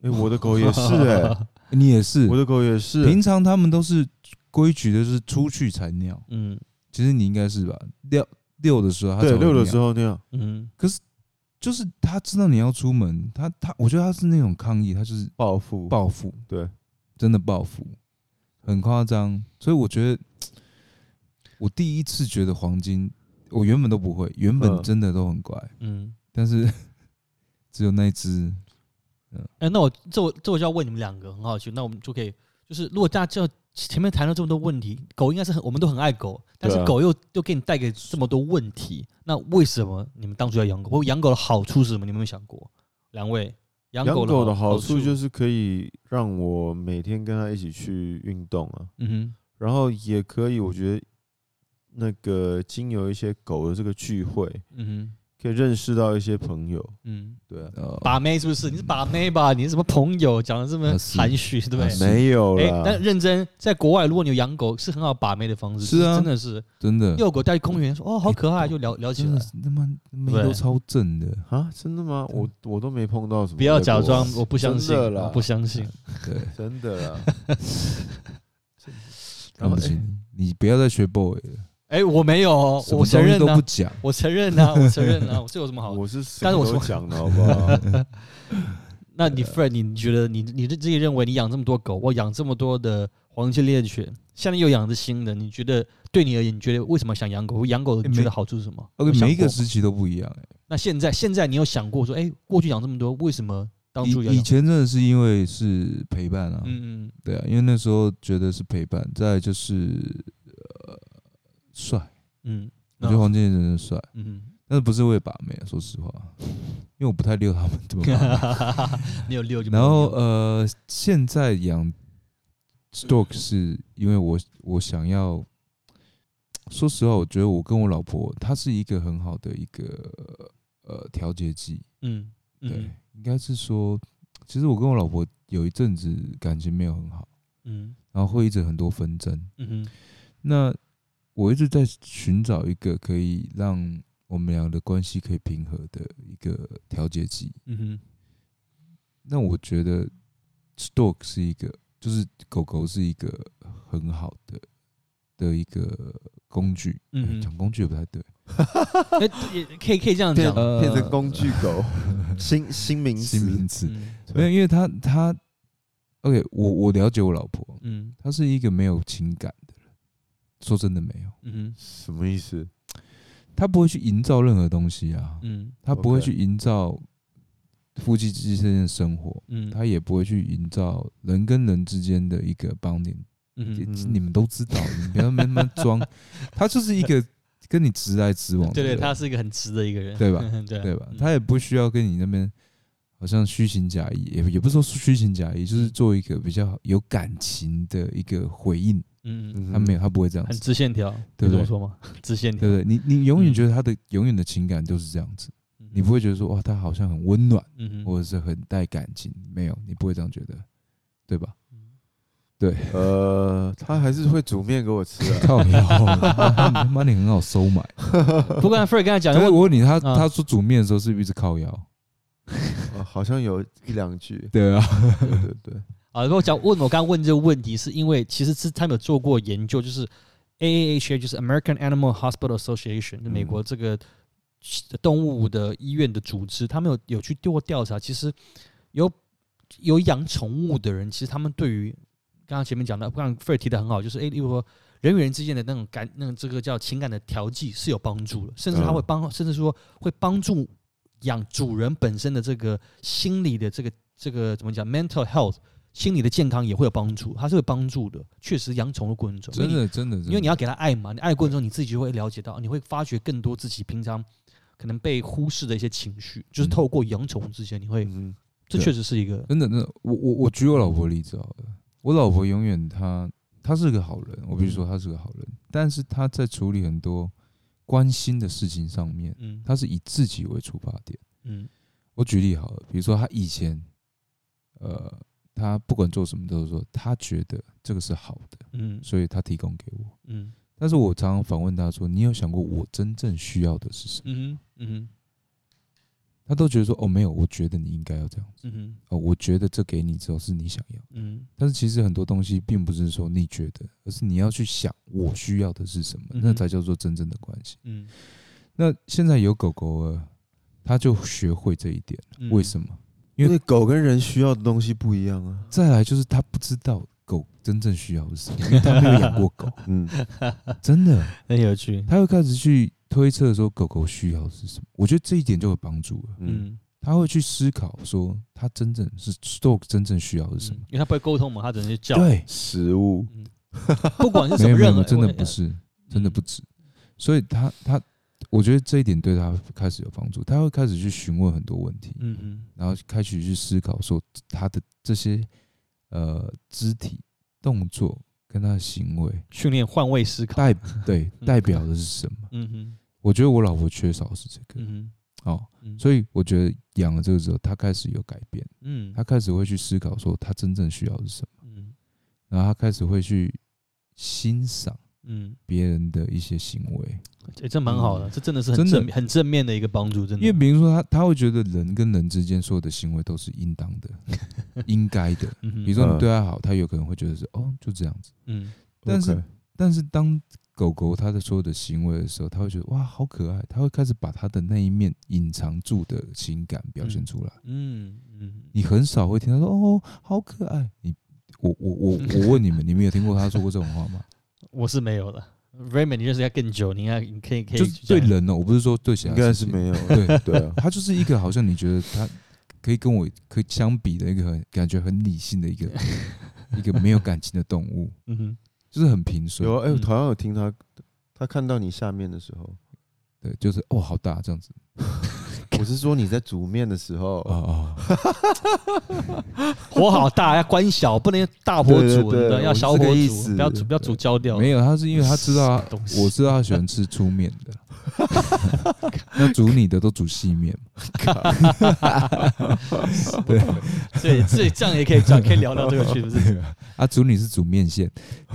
哎、我的狗也是哎、 你也是， 我的狗也是。 平常他们都是规矩的，就是出去才尿。 嗯其实你应该是吧？遛遛的时候他才会对遛的尿时候那样， 嗯， 可是就是他知道你要出门，他他我觉得他是那种抗议，他就是报复报复， 对， 真的报复，很夸张。所以我觉得，我第一次觉得黄金，我原本都不会，原本真的都很乖， 嗯， 但是只有那一只， 哎、那我这我这我就要问你们两个，很好奇，那我们就可以，就是如果大家就前面谈了这么多问题，狗应该是很我们都很爱狗，但是对啊狗又又给你带给这么多问题，那为什么你们当初要养狗？或养狗的好处是什么？你们有没有想过？两位，养养狗狗的好好处就是可以让我每天跟它一起去运动啊， 嗯哼， 然后也可以，我觉得那个经由一些狗的这个聚会， 嗯可以认识到一些朋友， 哼，嗯， 对啊， 呃， 把妹是不是？你是把妹吧？你是什么朋友？讲的这么啊是含蓄，对不对？ 啊是没有哎、 啦， 但认真，在国外，如果你有养狗，是很好把妹的方式。 是啊真的是真的， 遛狗带去公园，说哦好可爱， 哎就聊聊起来真的。是他妈妹对都超正的， 啊，真的吗？我我都没碰到什么， 不要假装，我不相信， 真的啦我不相信。 对， 真的啦。 看不起你，你不要再学 boy 了， 哎、我没有哦， 什么我承认啊东西都不，讲， 我承认啊，我承认啊，我这有什么好？ 我是什但是我说么都讲的好不好？ 那你 Fred，你觉得你你自己认为你养这么多狗，我养这么多的黄金猎犬，现在又养着新的，你觉得对你而言，你觉得为什么想养狗？养狗的你觉得好处是什么？ OK， 有想过吗每一个时期都不一样哎、 那现在现在你有想过说，哎、过去养这么多，为什么当初要以以养？ 前真的是因为是陪伴啊， 嗯嗯对啊，因为那时候觉得是陪伴，再来就是呃帅， 嗯， 我觉得黄金猎犬真的帅， 嗯但是不是为了把妹啊，说实话，因为我不太遛他们怎么把妹。 你有遛就没有然后遛呃，现在养 stork 是因为我我想要，说实话，我觉得我跟我老婆，她是一个很好的一个呃调节剂， 嗯嗯对，应该是说，其实我跟我老婆有一阵子感情没有很好， 嗯然后会一直很多纷争。 嗯哼那我一直在寻找一个可以让我们俩的关系可以平和的一个调节剂。 嗯哼那我觉得 stork 是一个，就是狗狗是一个很好的的一个工具。 嗯哼讲工具也不太对， 哎、也可以可以这样变讲， 呃变成工具狗，新新名词， 新名词。 嗯没有，因为他他 OK， 我我了解我老婆， 嗯她是一个没有情感的人。说真的没有， 嗯哼什么意思？ 她不会去营造任何东西啊， 嗯她不会 OK 去营造夫妻之间的生活， 嗯， 她也不会去营造人跟人之间的一个 bonding。 嗯哼嗯你们都知道，你不要慢慢装。她就是一个跟你直来直往的人， 对对，他是一个很直的一个人， 对吧对对吧？ 嗯他也不需要跟你那边好像虚情假意，也也不是说虚情假意，就是做一个比较有感情的一个回应。 嗯嗯， 他没有，他不会这样很子， 直线条， 对不对你这么说吗？直线条， 对不对？你你永远嗯觉得他的永远的情感都是这样子， 嗯你不会觉得说哇，他好像很温暖， 嗯哼或者是很带感情，没有，你不会这样觉得，对吧？ 呃，他还是会煮面给我吃啊。 靠腰，他妈你很好收买。 不过 Fred 刚才讲但是的， 我问你，他啊他说煮面的时候是不是一直靠腰？ 呃好像有一两句， 对啊， 对对对， 啊，如果讲问我刚刚问这个问题，是因为其实是他们有做过研究，就是 A A H A 就是 American Animal Hospital Association，就美国这个动物的医院的组织，他们有有去做过调查，其实有有养宠物的人，其实他们对于刚刚前面讲到，刚刚 Fred 提的很好，就是诶，例如说人与人之间的那种感，那种这个叫情感的调剂是有帮助的，甚至他会帮，甚至说会帮助养主人本身的这个心理的这个这个怎么讲 mental health 心理的健康也会有帮助，它是有帮助的。确实，养宠物过程中， 真的真的， 因为你要给它爱嘛，你爱的过程中，你自己就会了解到，你会发掘更多自己平常可能被忽视的一些情绪，就是透过养宠物之间，你会， 嗯， 这确实是一个， 真的真的，我我我举我老婆的例子好了，我老婆永远她她是个好人，我必须说她是个好人，但是她在处理很多关心的事情上面， 嗯她是以自己为出发点。 嗯我举例好了，比如说她以前，呃，她不管做什么都是说她觉得这个是好的， 嗯所以她提供给我。 嗯但是我常常反问她说：“你有想过我真正需要的是什么？” 嗯嗯他都觉得说哦没有，我觉得你应该要这样子， 嗯哼， 哦，我觉得这给你之后是你想要， 嗯， 但是其实很多东西并不是说你觉得，而是你要去想我需要的是什么， 嗯、 那才叫做真正的关系。 嗯， 那现在有狗狗了，他就学会这一点， 嗯、 为什么？ 因为狗跟人需要的东西不一样啊。 再来就是他不知道狗真正需要的是什么，因为他没有养过狗， 嗯， 真的很有趣。 他会开始去推测说狗狗需要的是什么，我觉得这一点就有帮助了。 嗯， 他会去思考说他真正是 Stork 真正需要的是什么， 嗯、因为他不会沟通嘛，他只能去叫。 对， 食物， 嗯、不管是什么没有没有任何， 真的不是，真的不止。所以他他，我觉得这一点对他开始有帮助，他会开始去询问很多问题， 嗯嗯， 然后开始去思考说他的这些呃肢体动作跟他的行为， 训练换位思考， 代对代表的是什么？ 嗯哼， 我觉得我老婆缺少的是这个， 嗯哦， 哼， 所以我觉得养了这个之后，他开始有改变， 嗯， 他开始会去思考说他真正需要的是什么， 嗯， 然后他开始会去欣赏嗯， 别人的一些行为， 哎、欸，这蛮好的，这真的是很真的正很正面的一个帮助，真的。 因为比如说他他会觉得人跟人之间所有的行为都是应当的、应该的。 嗯、 比如说你对他好，他有可能会觉得是哦就这样子。 嗯， 但是、 okay. 但是当狗狗它的所有的行为的时候，他会觉得哇好可爱，他会开始把他的那一面隐藏住的情感表现出来。 嗯 嗯, 嗯， 你很少会听他说哦好可爱。你我我我我问你们，你们有听过他说过这种话吗？ 我是没有的。Raymond， 你认识他更久，你应该你可以可以就是对人哦，我不是说对其他， 应该是没有。 对对啊， 他就是一个好像你觉得他可以跟我可以相比的一个很感觉很理性的一个一个没有感情的动物， 嗯哼， 就是很平顺。 有哎、欸，我好像有听他，他看到你下面的时候， 对，就是哦好大这样子。 我是说你在煮面的时候， 哦哦，火好大，要关小，不能大火煮， 对对对， 要小火煮，不要煮不要煮焦掉。 没有，他是因为他知道，我知道他喜欢吃粗面的，那煮你的都煮细面。 对，所以这这样也可以讲，可以聊聊这个去，是不是？ 啊，煮你是煮面线，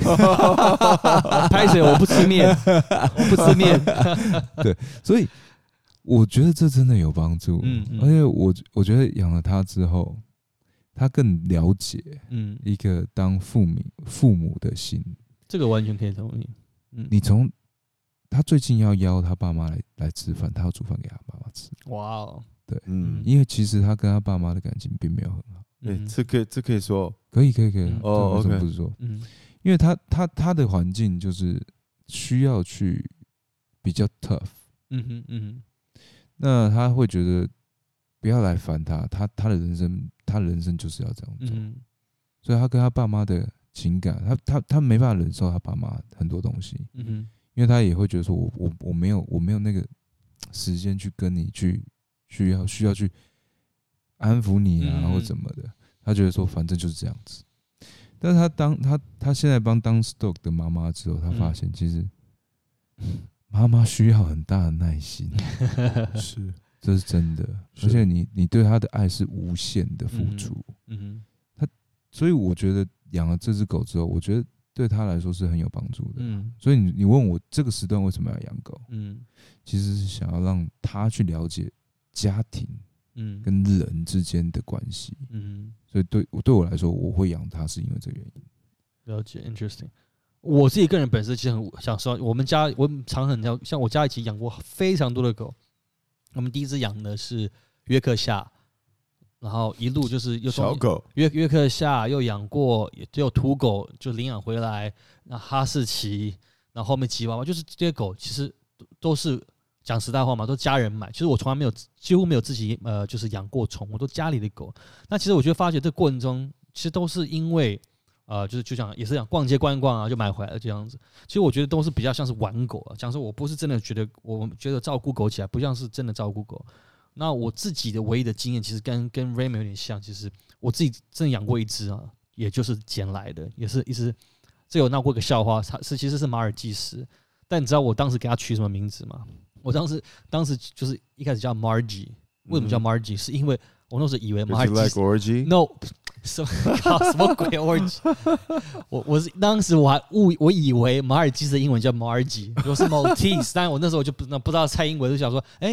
拍谁？我不吃面，我不吃面。 对，所以。我觉得这真的有帮助，嗯嗯、而且我我觉得养了它之后，他更了解一个当父母父母的心， 这个完全可以同意。 嗯、你从他最近要邀他爸妈来来吃饭，他要煮饭给他爸妈吃。 哇哦， 对，嗯，因为其实他跟他爸妈的感情并没有很好。 对、欸，这可以这可以说， 可以可以可以， 哦， 为什么不是说？嗯，因为他他他的环境就是需要去比较 tough， 嗯哼嗯哼。 那他会觉得不要来烦他，他他的人生，他的人生就是要这样做， 嗯、 所以他跟他爸妈的情感，他他他没办法忍受他爸妈很多东西， 嗯哼， 因为他也会觉得说我我我没有我没有那个时间去跟你去需要需要去安抚你啊、嗯、或怎么的，他觉得说反正就是这样子。但是他当他他现在帮当 Stork 的妈妈之后，他发现其实。妈妈需要很大的耐心， 是， 这是真的。而且你你对她的爱是无限的付出，嗯哼，他所以我觉得养了这只狗之后，我觉得对他来说是很有帮助的。嗯，所以你你问我这个时段为什么要养狗？嗯，其实是想要让他去了解家庭，嗯，跟人之间的关系。嗯，所以对我对我来说，我会养它是因为这个原因。 了解 ，interesting。我自己个人本身其实很想说，我们家我常很像像我家一起养过非常多的狗。我们第一只养的是约克夏，然后一路就是又小狗约约克夏又养过，也有土狗就领养回来，那哈士奇，然后后面吉娃娃，就是这些狗其实都是讲实在话嘛，都家人买。其实我从来没有几乎没有自己呃就是养过宠物，都家里的狗。那其实我觉得发觉这个过程中，其实都是因为。呃，就是就讲也是讲逛街逛逛啊，就买回来了这样子。其实我觉得都是比较像是玩狗啊，讲说我不是真的觉得，我觉得照顾狗起来不像是真的照顾狗。那我自己的唯一的经验，其实跟跟 Raymond 有点像，其实我自己真的养过一只啊，也就是捡来的，也是一只。这有闹过一个笑话，它是其实是马尔济斯，但你知道我当时给它取什么名字吗？我当时当时就是一开始叫 Margie， 为什么叫 Margie？、嗯、是因为我那时候以为马尔济斯 like ，no。什么什么鬼 orgy？ 我我是当时我还误我以为马尔济斯的英文叫 Margie， 我是 Maltese， 但我那时候我就不不知道猜英文，就想说，哎、欸，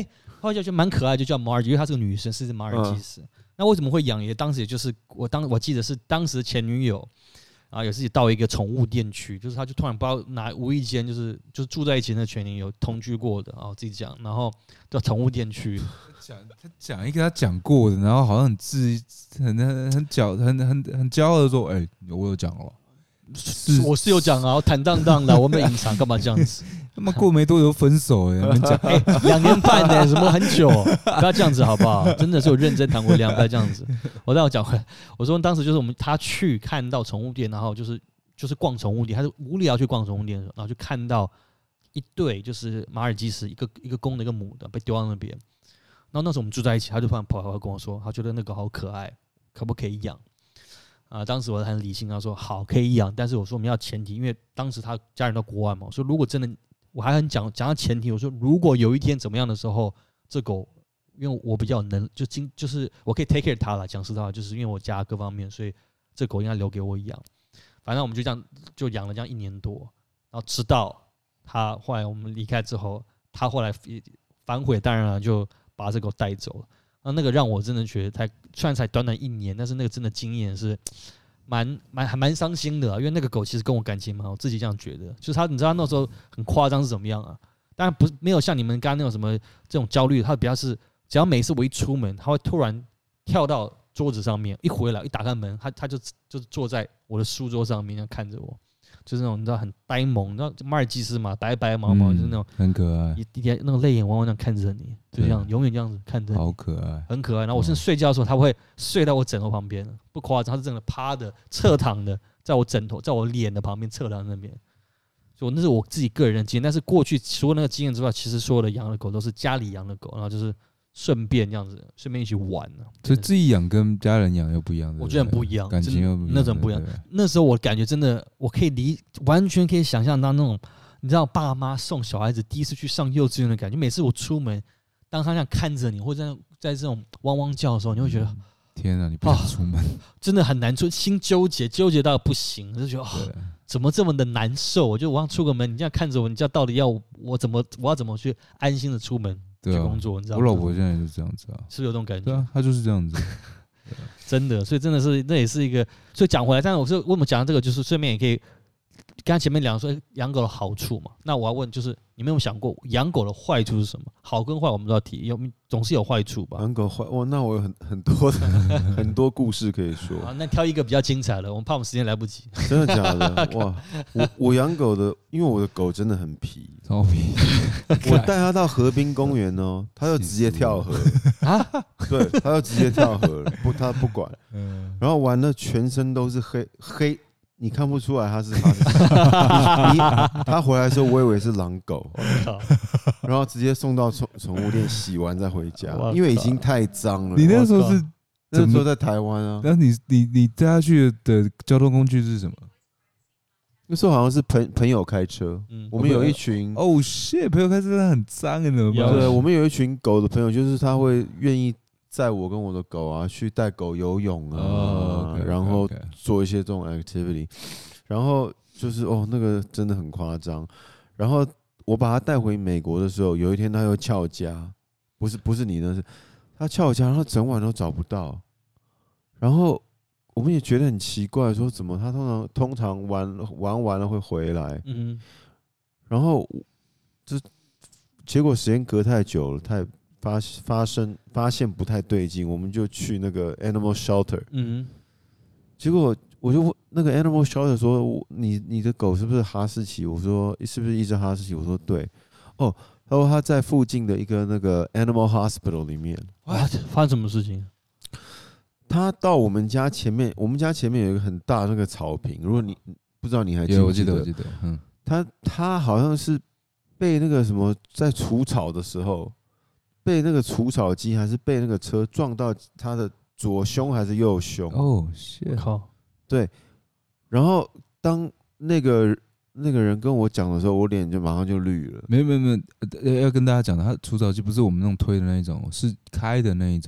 后来就觉得蛮可爱，就叫马尔济，因为她是个女生，是马尔济斯。嗯、那为什么会养？也当时也就是我当我记得是当时的前女友。啊，有自己到一个宠物店去，就是他就突然不知道哪无意间就是就是住在一起的前女友同居过的啊，我自己讲，然后到宠物店去讲他讲一个他讲过的，然后好像很自很很很骄很很很骄傲的说，哎、欸，我有讲了， 是我是有讲啊，坦荡荡的，我没隐藏，干嘛这样子？ 他妈过没多久分手哎、欸，讲哎两年半呢、欸，什么很久，不要这样子好不好？真的是有认真谈过恋爱，不要这样子。我再我讲回来，我说当时就是我们他去看到宠物店，然后就是就是逛宠物店，他是无聊去逛宠物店的时候，然后就看到一对就是马尔济斯，一个一个公的，一个母的被丢到那边。然后那时候我们住在一起，他就突然跑来跟我说，他觉得那个好可爱，可不可以养？啊、呃，当时我很理性，他说好可以养，但是我说我们要前提，因为当时他家人到国外嘛，我说如果真的。我还很讲讲到前提，我说如果有一天怎么样的时候，这狗因为我比较能就经就是我可以 take care 它了，讲实话，就是因为我家各方面，所以这狗应该留给我养。反正我们就这样就养了这样一年多，然后直到他后来我们离开之后，他后来反悔，当然了就把这狗带走了。那那个让我真的觉得太，虽然才短短一年，但是那个真的经验是。蛮蛮还蛮伤心的、啊，因为那个狗其实跟我感情蛮好，我自己这样觉得。就是他，你知道他那时候很夸张是怎么样啊？当然不是没有像你们刚刚那种什么这种焦虑，他比较是只要每次我一出门，他会突然跳到桌子上面，一回来一打开门，他他就就是坐在我的书桌上面，看着我，就是那种你知道很呆萌，你知道马尔济斯嘛，白白毛毛，嗯、就是那种很可爱， 一点那种泪眼汪汪这样看着你，就这样永远这样子看着你， 好可爱， 很可爱。然后我甚至睡觉的时候，他会睡到我枕头旁边，不夸张，他是真的趴的、侧躺的，在我枕头、在我脸的旁边侧躺那边。所以那是我自己个人的经验，但是过去除了那个经验之外，其实所有的养的狗都是家里养的狗，然后就是顺便这样子，顺便一起玩啊。 所以自己养跟家人养又不一样， 我觉得不一样， 感情又不一样， 那种不一样。那时候我感觉真的，我可以理，完全可以想象到那种，你知道，爸妈送小孩子第一次去上幼稚园的感觉。每次我出门，当他这样看着你，或者在在这种汪汪叫的时候，你会觉得， 天啊，你不想出门，哦、 真的很难出，心纠结，纠结到不行，就觉得、哦、怎么这么的难受？我就我要出个门，你这样看着我，你这样到底要我怎么，我要怎么去安心的出门？去工作，你知道吗？ 我老婆现在就是这样子啊， 是不是有这种感觉？ 对啊，她就是这样子， 真的，所以真的是那也是一个，所以讲回来，但是我是为什么讲到这个，就是顺便也可以，刚才前面讲说养狗的好处嘛，那我要问就是，你们有没有想过养狗的坏处是什么？好跟坏我们都要提，有总是有坏处吧？ 养狗坏，哇，那我有很很多的很多故事可以说。 好，那挑一个比较精彩的，我们怕我们时间来不及。 真的假的？哇，我我养狗的，因为我的狗真的很皮， 超皮。 我带它到河滨公园哦，它就直接跳河啊！对，它就直接跳河了，不，它不管。然后玩的全身都是黑黑。你看不出来他是他是你，他回来的时候我以为是狼狗，然后直接送到宠宠物店洗完再回家，因为已经太脏了。 你那时候是那时候在台湾啊？ 那你你你带他去的交通工具是什么？ 那时候好像是朋朋友开车，嗯、我们有一群哦 shit， 朋友开车真的很脏的，怎么办？ 对，我们有一群狗的朋友，就是他会愿意载我跟我的狗啊去带狗游泳啊，哦、okay, 然后做一些这种 activity， 然后就是哦那个真的很夸张。然后我把他带回美国的时候，有一天他又翘家，不是不是你那是他翘家，然后整晚都找不到，然后。我们也觉得很奇怪，说怎么他通常通常玩玩完了会回来，嗯，然后这结果时间隔太久了，太发发生发现不太对劲，我们就去那个 animal shelter， 嗯，结果我就问那个 animal shelter 说，你你的狗是不是哈士奇？我说是不是一只哈士奇？我说对，哦，他说他在附近的一个那个 animal hospital 里面， 哇，发生什么事情？ 他到我们家前面，我们家前面有一个很大的那个草坪。如果你不知道，你还记不记得？ 我记得，我记得。嗯， 他他好像是被那个什么，在除草的时候，被那个除草机还是被那个车撞到他的左胸还是右胸？ 哦，是靠， 对。然后当那个那个人跟我讲的时候，我脸就马上就绿了。 没有没有没有，要跟大家讲的，他除草机不是我们那种推的那一种，是开的那一种。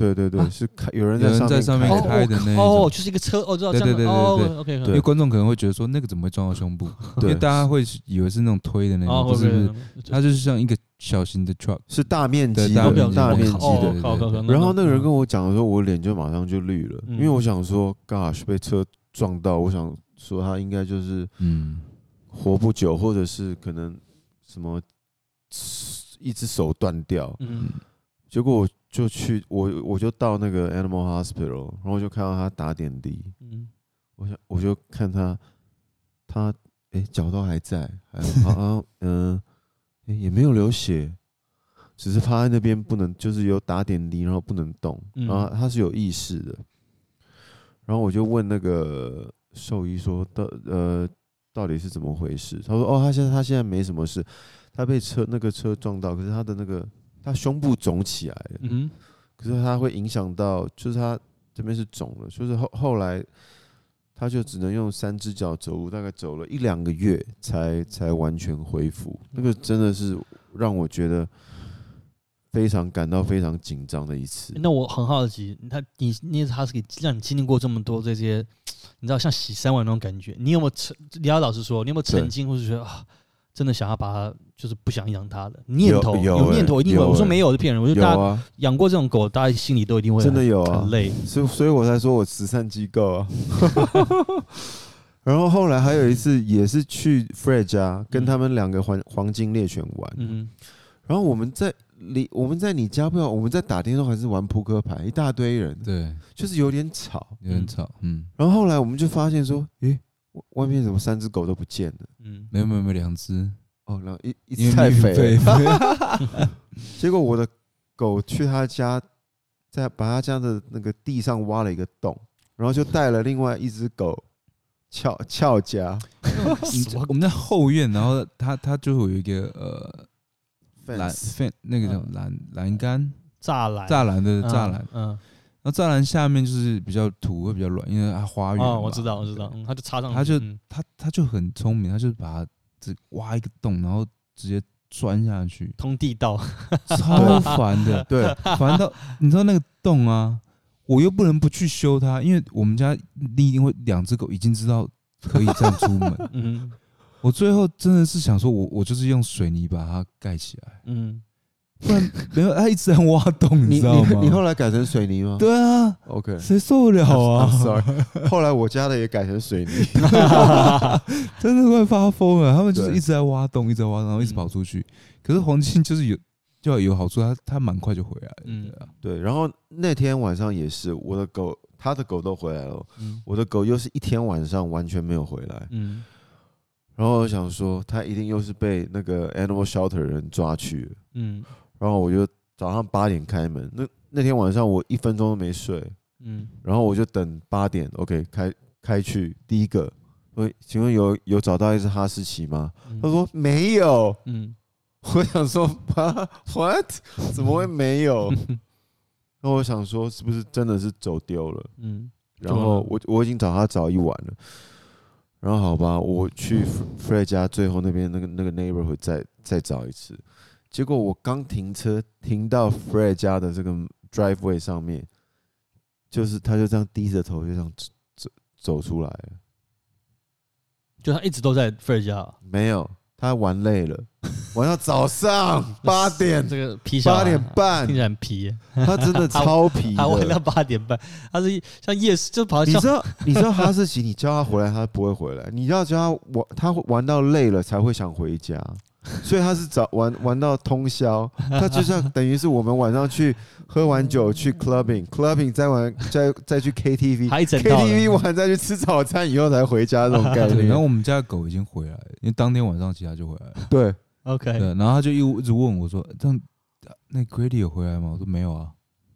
对对对， 啊是开有人有人在在上面开开的那一哦， 种， 就是一个车，哦，知道， 对对对对哦对 ，OK， 因为观众可能会觉得说那个怎么会撞到胸部？因为大家会以为是那种推的那种，不是不是，它就是像一个小型的 truck， 是大面积大的，大面积哦， 的。 靠靠靠！ 然后那个人跟我讲的时候，我脸就马上就绿了， 嗯因为我想说 ，gosh， 被车撞到，我想说他应该就是嗯活不久，或者是可能什么一只手断掉。 嗯结果我就去，我我就到那个 Animal Hospital， 然后我就看到他打点滴， 嗯我想我就看他，他哎脚都还在，还好像嗯、呃、也没有流血，只是趴在那边不能，就是有打点滴，然后不能动， 嗯然后他是有意识的，然后我就问那个兽医说，到呃到底是怎么回事？他说哦，他现在他现在没什么事，他被车那个车撞到，可是他的那个他胸部肿起来了， 嗯可是他会影响到，就是他这边是肿了，就是后后来他就只能用三只脚走路，大概走了一两个月才才完全恢复。那个真的是让我觉得非常感到非常紧张的一次。 那我很好奇，他你你他是给让你经历过这么多这些，你知道像洗三碗那种感觉，你有没有曾？你要老实说，你有没有曾经或是觉得啊，真的想要把它，就是不想养它的念头？ 有有有念头一定有。 有我说没有是骗人，我觉得大家有啊， 养过这种狗，大家心里都一定会真的有啊很累。 所以所以我才说我慈善机构啊。然后后来还有一次也是去 Fred 家，跟他们两个黄黄金猎犬玩。 嗯然后我们在你我们在你家不知道我们在打电动还是玩扑克牌，一大堆人， 对， 就是有点吵。 有点吵，嗯， 然后后来我们就发现说，诶，外面怎么三只狗都不见了？ 嗯没有没有没有两只， 哦，然后一一因为只太肥了， 了， 结果我的狗去他家，在把他家的那个地上挖了一个洞，然后就带了另外一只狗翘翘家。 我我们在后院，然后它它就会有一个呃栏 fence ，fence 那个叫栏栏杆栅栏栅栏的栅栏， 嗯， 然后栅栏下面就是比较土会比较软，因为它花园。 哦，我知道我知道，嗯，他就插上去， 它就嗯它它就很聪明，它就把它只挖一个洞，然后直接钻下去， 通地道， 超烦的， 对， 烦到你知道那个洞啊，我又不能不去修它，因为我们家一定会两只狗已经知道可以这样出门。 嗯我最后真的是想说我，我就是用水泥把它盖起来， 嗯， 不然没有它一直在挖洞， 你知道吗？ 你你后来改成水泥吗？ 对啊， ，OK， 谁受得了啊 I'm sorry，后来我家的也改成水泥。 真的快发疯了，他们就是对一直在挖洞，一直在挖洞，然后一直跑出去。可是黄金就是有就有好处，它它蛮快就回来了。 嗯对啊， 对，然后那天晚上也是，我的狗，他的狗都回来了， 嗯我的狗又是一天晚上完全没有回来。 嗯然后我想说，他一定又是被那个 animal shelter 的人抓去了。 嗯然后我就早上八点开门，那那天晚上我一分钟都没睡， 嗯然后我就等八点 ，OK 开开去第一个，说请问有有找到一只哈士奇吗？他说没有。 嗯我想说啊 ，what？ 怎么会没有？那我想说是不是真的是走丢了？ 嗯， 然后我我已经找他找一晚了。然后好吧，我去 Fred 家最后那边那个那个 neighborhood 再再找一次，结果我刚停车停到 Fred 家的这个 driveway 上面，就是他就这样低着头就这样走走走出来了， 就他一直都在 Fred 家， 没有，他玩累了，玩到早上八点这个皮小孩八点半听起，来很皮耶， 他真的超皮他玩到的。 八点半，他是像夜市就跑像你知道，你知道哈士奇，你叫他回来，他不会回来。你要叫他玩，他玩到累了才会想回家，所以他是早玩玩到通宵。他就像等于是我们晚上去喝完酒去 clubbing，clubbing 再玩再再去 K T V，K 他一整套 T 的 V 完再去吃早餐，以后才回家这种概对。然后念。 我们家的狗已经回来了，因为当天晚上其他就回来了。 对， OK， 对，然后他就一一直问我说：“这样那 Grady 有回来吗？”我说：“没有啊。”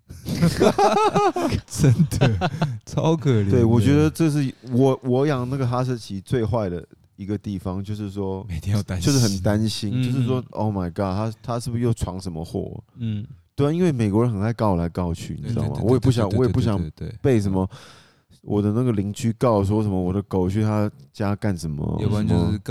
真的超可怜。 对，我觉得这是我我养那个哈士奇最坏的一个地方，就是说每天要担心， 就是很担心， 嗯就是说 Oh my God，他他是不是又闯什么祸？ 嗯对啊，因为美国人很爱告来告去，你对， 知道吗？ 对对我也不想， 对对我也不想对对对被什么我的那个邻居告说什么我的狗去他家干什么， 要不然就什么是告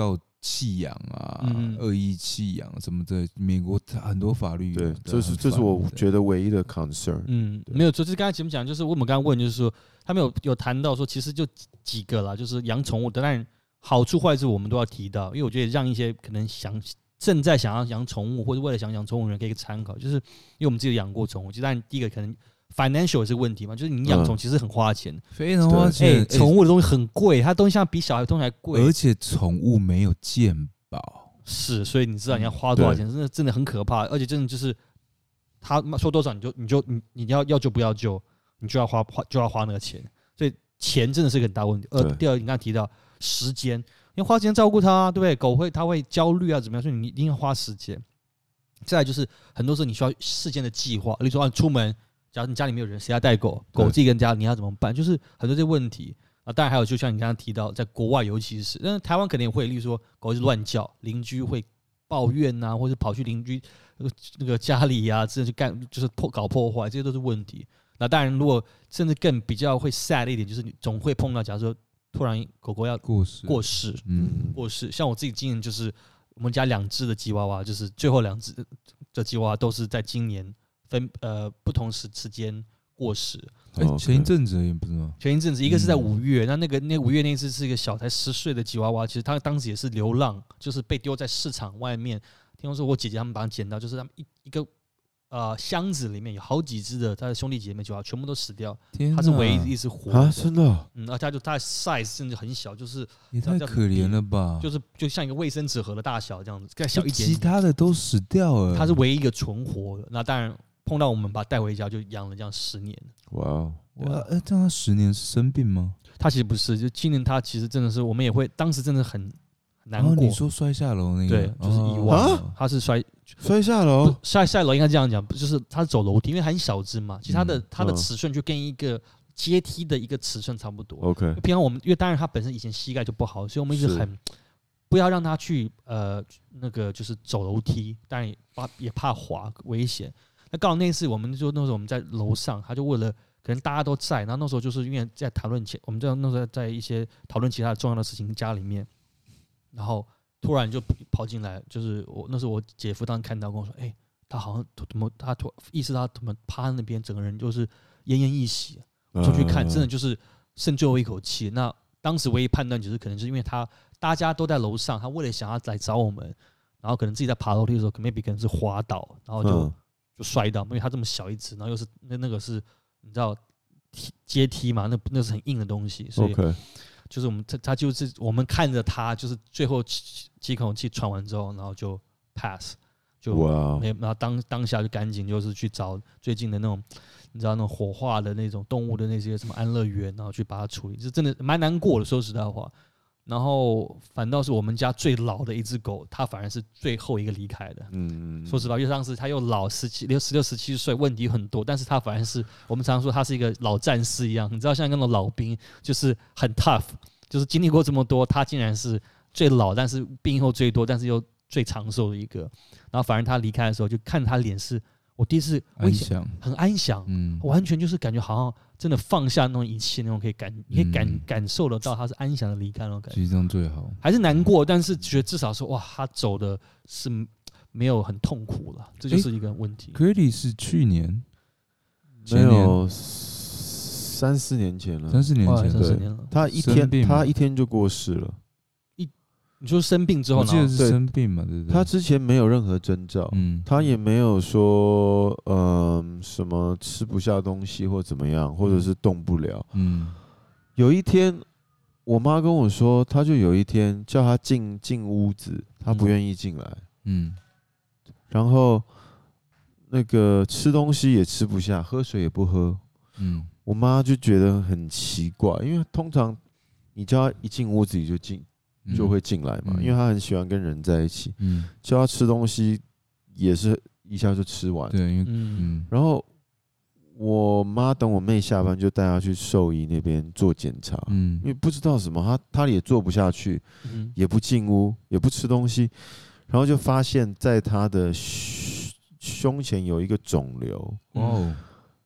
弃养啊、 嗯恶意弃养什么的，美国很多法律对，这是这是我觉得唯一的 concern。 嗯，没有，就是刚才节目讲，就是我们刚刚问，就是说他们有有谈到说，其实就几个啦，就是养宠物的，当然好处坏处我们都要提到，因为我觉得让一些可能想正在想要养宠物或者为了想养宠物的人可以参考，就是因为我们自己养过宠物，就当然第一个可能 financial 也是问题嘛，就是你养宠其实很花钱， 非常花钱， 哎，宠物的东西很贵，它东西像比小孩的东西还贵， 而且宠物没有健保， 是，所以你知道你要花多少钱，真的真的很可怕，而且真的就是他说多少你就你就你你要要救不要救，你就要花花就要花那个钱，所以钱真的是个很大问题。呃，第二你刚才提到时间，因为花时间照顾它，对不对？狗会它会焦虑啊，怎么样？所以你一定要花时间。再来就是很多时候你需要事先的计划，例如说啊，出门，假如你家里没有人，谁要带狗？狗自己跟家，你要怎么办？就是很多这些问题啊。当然还有，就像你刚刚提到，在国外尤其是，但台湾肯定也会，例如说狗一直乱叫，邻居会抱怨啊，或者跑去邻居那个家里啊，真的去干，就是破搞破坏，这些都是问题。那当然，如果甚至更比较会 sad 一点，就是你总会碰到，假如说突然狗狗要过世， 过世， 嗯， 过世。像我自己经验就是，我们家两只的吉娃娃，就是最后两只的吉娃娃都是在今年分呃不同时时间过世。 哎、欸，前一阵子也不是吗？ 前一阵子，一个是在五月，嗯、那那个那五月那一次是一个小才十岁的吉娃娃，其实他当时也是流浪，就是被丢在市场外面。听说我姐姐他们把它捡到，就是他们一一个呃箱子里面有好几只的他的兄弟姐妹吉娃娃，全部都死掉，他是唯一一只活的啊，真的、哦， 嗯，而且他就他的 size 甚至很小，就是也太可怜了吧， 就是就像一个卫生纸盒的大小这样子，再小一点点， 其他的都死掉了， 他是唯一一个存活的。那当然碰到我们把它带回家，就养了这样十年。 哇哦！ 哇，哎，这样他十年是生病吗？ 他其实不是，就今年他其实真的是，我们也会当时真的很难过。 哦、你说摔下楼那个， 对，就是意外， 哦、 他是摔摔下楼， 摔下楼应该这样讲，就是他是走楼梯，因为他很小只嘛，其实他的、嗯、他的尺寸就跟一个阶梯的一个尺寸差不多。 OK， 平常我们因为当然他本身以前膝盖就不好，所以我们一直很不要让他去呃那个就是走楼梯，当然也怕也怕滑危险。那刚好那次我们就那时候我们在楼上，他就为了可能大家都在，然后那时候就是因为在讨论前，我们在那时候在一些讨论其他的重要的事情家里面，然后突然就跑进来，就是我那时候我姐夫当时看到跟我说，哎、欸，他好像怎么他突意识到怎么趴在那边，整个人就是奄奄一息，出去看真的就是剩最后一口气。那当时唯一判断就是可能是因为他大家都在楼上，他为了想要来找我们，然后可能自己在爬楼梯的时候，可能 maybe 可能是滑倒，然后就。嗯就摔到，因为它这么小一只，然后又是那那个是你知道阶梯嘛，那那是很硬的东西，所以就是我们他他就是我们看着他就是最后几口气喘完之后，然后就 pass， 就没，然后当当下就赶紧就是去找最近的那种你知道那种火化的那种动物的那些什么安乐园，然后去把它处理，这真的蛮难过的，说实在话。然后反倒是我们家最老的一只狗，它反而是最后一个离开的。嗯，说实话，因为当时它又老十七六十六十七岁，问题很多，但是它反而是我们常说它是一个老战士一样，你知道像那种老兵，就是很 tough， 就是经历过这么多，它竟然是最老，但是病后最多，但是又最长寿的一个。然后反而它离开的时候，就看它脸是。我第一次安详， 很安详，嗯，完全就是感觉好像真的放下那种一切，那种可以感，你可以感、嗯、感受得到他是安详的离开那种感觉。 其实这样最好， 还是难过，但是觉得至少说哇，他走的是没有很痛苦了，这就是一个问题。 Grady 是去年， 没有三四年前了， 三四年前， 三四年了， 他一天他一天就过世了。 你说生病之后， 我记得是生病嘛，对不对？ 他之前没有任何征兆，嗯，他也没有说，嗯、呃，什么吃不下东西或怎么样，或者是动不了，嗯。有一天，我妈跟我说，他就有一天叫他进进屋子，他不愿意进来，嗯。然后那个吃东西也吃不下，喝水也不喝，嗯。我妈就觉得很奇怪，因为通常你叫他一进屋子里就进。就会进来嘛、嗯，因为他很喜欢跟人在一起。嗯，叫他吃东西也是一下就吃完。 对，嗯。 然后我妈等我妹下班就带她去兽医那边做检查。嗯，因为不知道什么，她她也做不下去，嗯、也不进屋，也不吃东西，然后就发现在她的胸前有一个肿瘤。哦。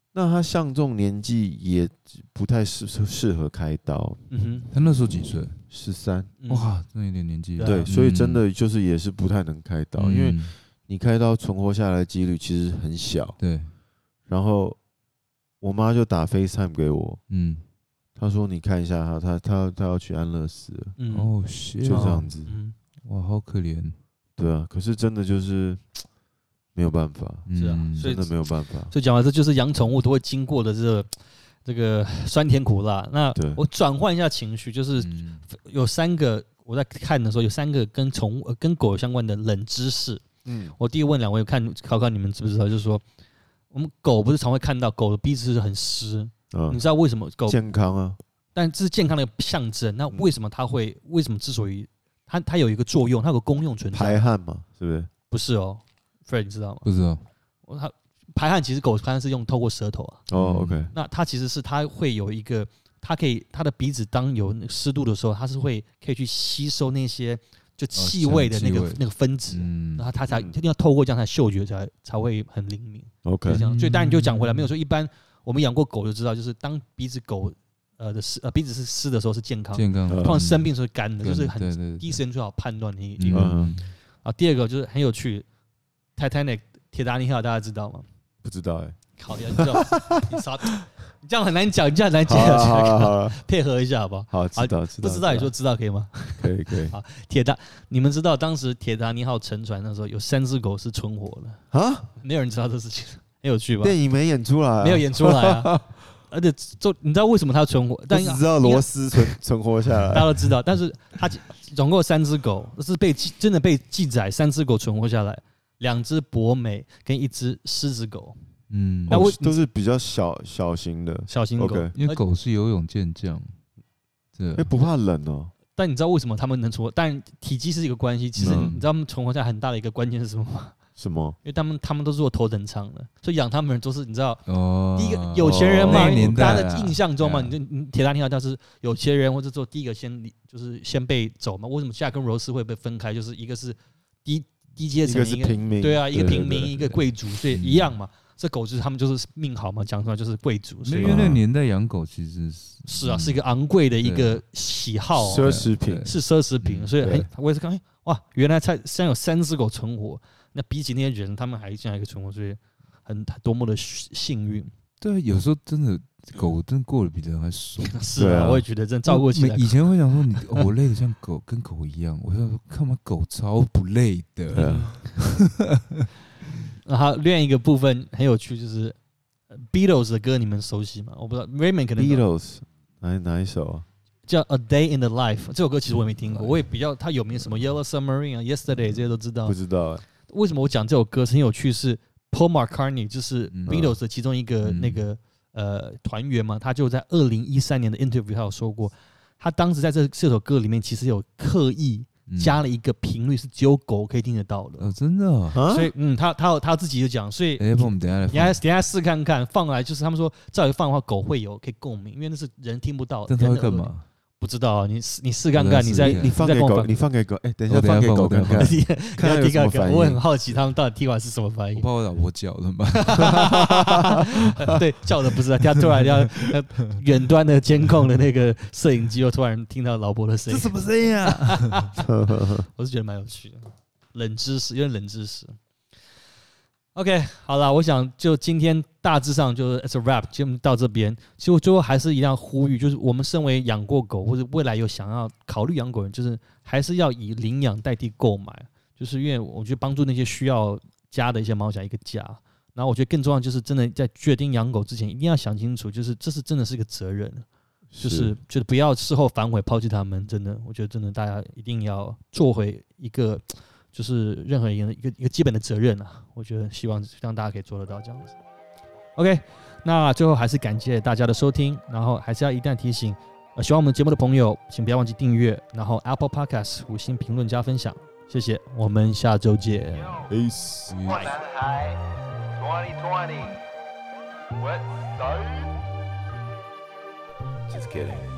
那他像这种年纪也不太适适合开刀。 嗯哼， 他那时候几岁？ 十三， 嗯哇，真有点年纪。 对， 对啊所以真的就是也是不太能开刀， 嗯因为你开刀存活下来的几率其实很小。 对， 然后我妈就打 FaceTime 给我， 嗯， 她说你看一下她，她她她要去安乐死了， 嗯， 哦，shit， 就这样子。 嗯， 哇，好可怜。 对啊，可是真的就是没有办法， 是啊嗯所以真的没有办法。 所以讲完，这就是养宠物都会经过的这个这个酸甜苦辣。那对我转换一下情绪，就是嗯有三个我在看的时候，有三个跟宠物、呃跟狗有相关的冷知识。 嗯， 我第一个问两位，看考考你们知不知道，就是说我们狗不是常会看到狗的鼻子是很湿， 啊你知道为什么狗？ 健康啊， 但这是健康的象征。那为什么它会？为什么之所以它它有一个作用，它有个功用存在？ 排汗嘛，是不是？ 不是哦 ，Fred 你知道吗？ 不知道。 我它排汗其实狗排汗是用透过舌头啊。 哦嗯 ，OK， 那它其实是它会有一个，它可以它的鼻子当有那个湿度的时候，它是会可以去吸收那些就气味的那个、 哦香气味那个分子， 嗯然后它才嗯一定要透过这样，它嗅觉才才会很灵敏。 OK， 就这样。 嗯所以当然就讲回来，没有说一般我们养过狗就知道，就是当鼻子狗呃的湿呃鼻子是湿的时候是健康， 健康， 嗯通常生病是干的，就是对很对对第一时间最好判断的一对一个。 嗯啊，第二个就是很有趣 ，Titanic 铁达尼号大家知道吗？ 不知道哎， 考验，你知道吗？你啥？你这样很难讲，你这样很难接好了好了下去， 好了， 配合一下好不好？ 好，知道知道， 不知道也说知道可以吗？ 可以可以铁达，你们知道当时铁达尼号沉船的时候，有三只狗是存活的， 啊， 没有人知道这事情，很有趣吧？ 电影没演出来啊， 没有演出来啊。而且就你知道为什么它存活？ 我但只知道罗斯存存活下大家来， 都知道，但是它总共有三只狗，是被记真的被记载，三只狗存活下来，两只博美跟一只狮子狗， 嗯， 那我哦都是比较小小型的， 小型狗。 OK 因为狗是游泳健将，这哎，不怕冷哦， 但你知道为什么它们能存活？但体积是一个关系。其实嗯你知道它们存活下来很大的一个关键是什么吗？ 什么？ 因为他们他们都是坐头等舱的，所以养他们的人都是你知道， 哦， 第一个有钱人嘛， 那个年代啊大家的印象中嘛， 对啊你就你铁达尼号它是有钱人或者做第一个先就是先被走嘛。为什么现在跟罗斯会被分开？就是一个是低低阶层， 一个是平民， 对啊，一个对平民， 对一个贵族，所以一样嘛。这狗就是他们就是命好嘛，讲出来就是贵族，所以因为那个年代养狗其实是是啊，是一个昂贵的一个喜好哦， 奢侈品对， 是奢侈品， 嗯所以对哎，我也是看，哎哇，原来才虽然有三只狗存活，那比起那些人，他们还这样一个存活，所以很多么的幸运。 对，有时候真的狗真的过得比人还爽。 是对啊啊，我也觉得真的照顾起来以前会想说你哦我累得像狗跟狗一样，我就说看嘛狗超不累对的。 啊然后另一个部分很有趣，就是 Beatles 的歌你们熟悉吗？我不知道 Raymond 可能懂 ，Beatles 哪哪一首啊？ 叫 A Day in the Life 这首歌，其实我也没听过，我也比较它有名什么 Yellow Submarine 啊 Yesterday 这些都知道不。知道哎， 为什么我讲这首歌是很有趣？是 Paul McCartney 就是 Beatles 的其中一个嗯那个呃团员嘛，他就在二零一三年的 interview 他有说过，他当时在这这首歌里面其实有刻意嗯加了一个频率是只有狗可以听得到的， 哦，真的哦。 啊所以嗯，他他有他自己就讲，所以哎，不，我们等一下来你还放。 等一下试看看，放来就是他们说照理放的话，狗会有可以共鸣，因为那是人听不到。 但它会人的耳朵里？ 干嘛？ 不知道啊，你试你试看看，你再我再试试看你放给狗， 再跟我反你放给狗，哎，等一下我等一下放给狗看放我等一下看， 你看它你要有听看看， 什么反我很应。 好奇他们到底听完是什么反应。 我怕我老婆叫了嘛。 对，叫的不是他，突然要呃远端的监控的那个摄影机，又突然听到老婆的声音， 么声音啊？ 我是觉得蛮有趣的，冷知识，有点冷知识。OK， 好了，我想就今天大致上就是 as a wrap， 就到这边。其实我最后还是一样呼吁，就是我们身为养过狗或者未来有想要考虑养狗人，就是还是要以领养代替购买，就是因为我觉得帮助那些需要家的一些猫小一个家。然后我觉得更重要就是真的在决定养狗之前，一定要想清楚，就是这是真的是一个责任，就是就是不要事后反悔抛弃他们。真的，我觉得真的大家一定要做回一个。就是任何一个一个一个基本的责任啊，我觉得希望让大家可以做得到这样子。OK， 那最后还是感谢大家的收听，然后还是要一旦提醒，呃，喜欢我们节目的朋友，请不要忘记订阅，然后 Apple Podcast 五星评论加分享，谢谢，我们下周见。 Peace。 What man, hey, twenty twenty. What, so? Just kidding.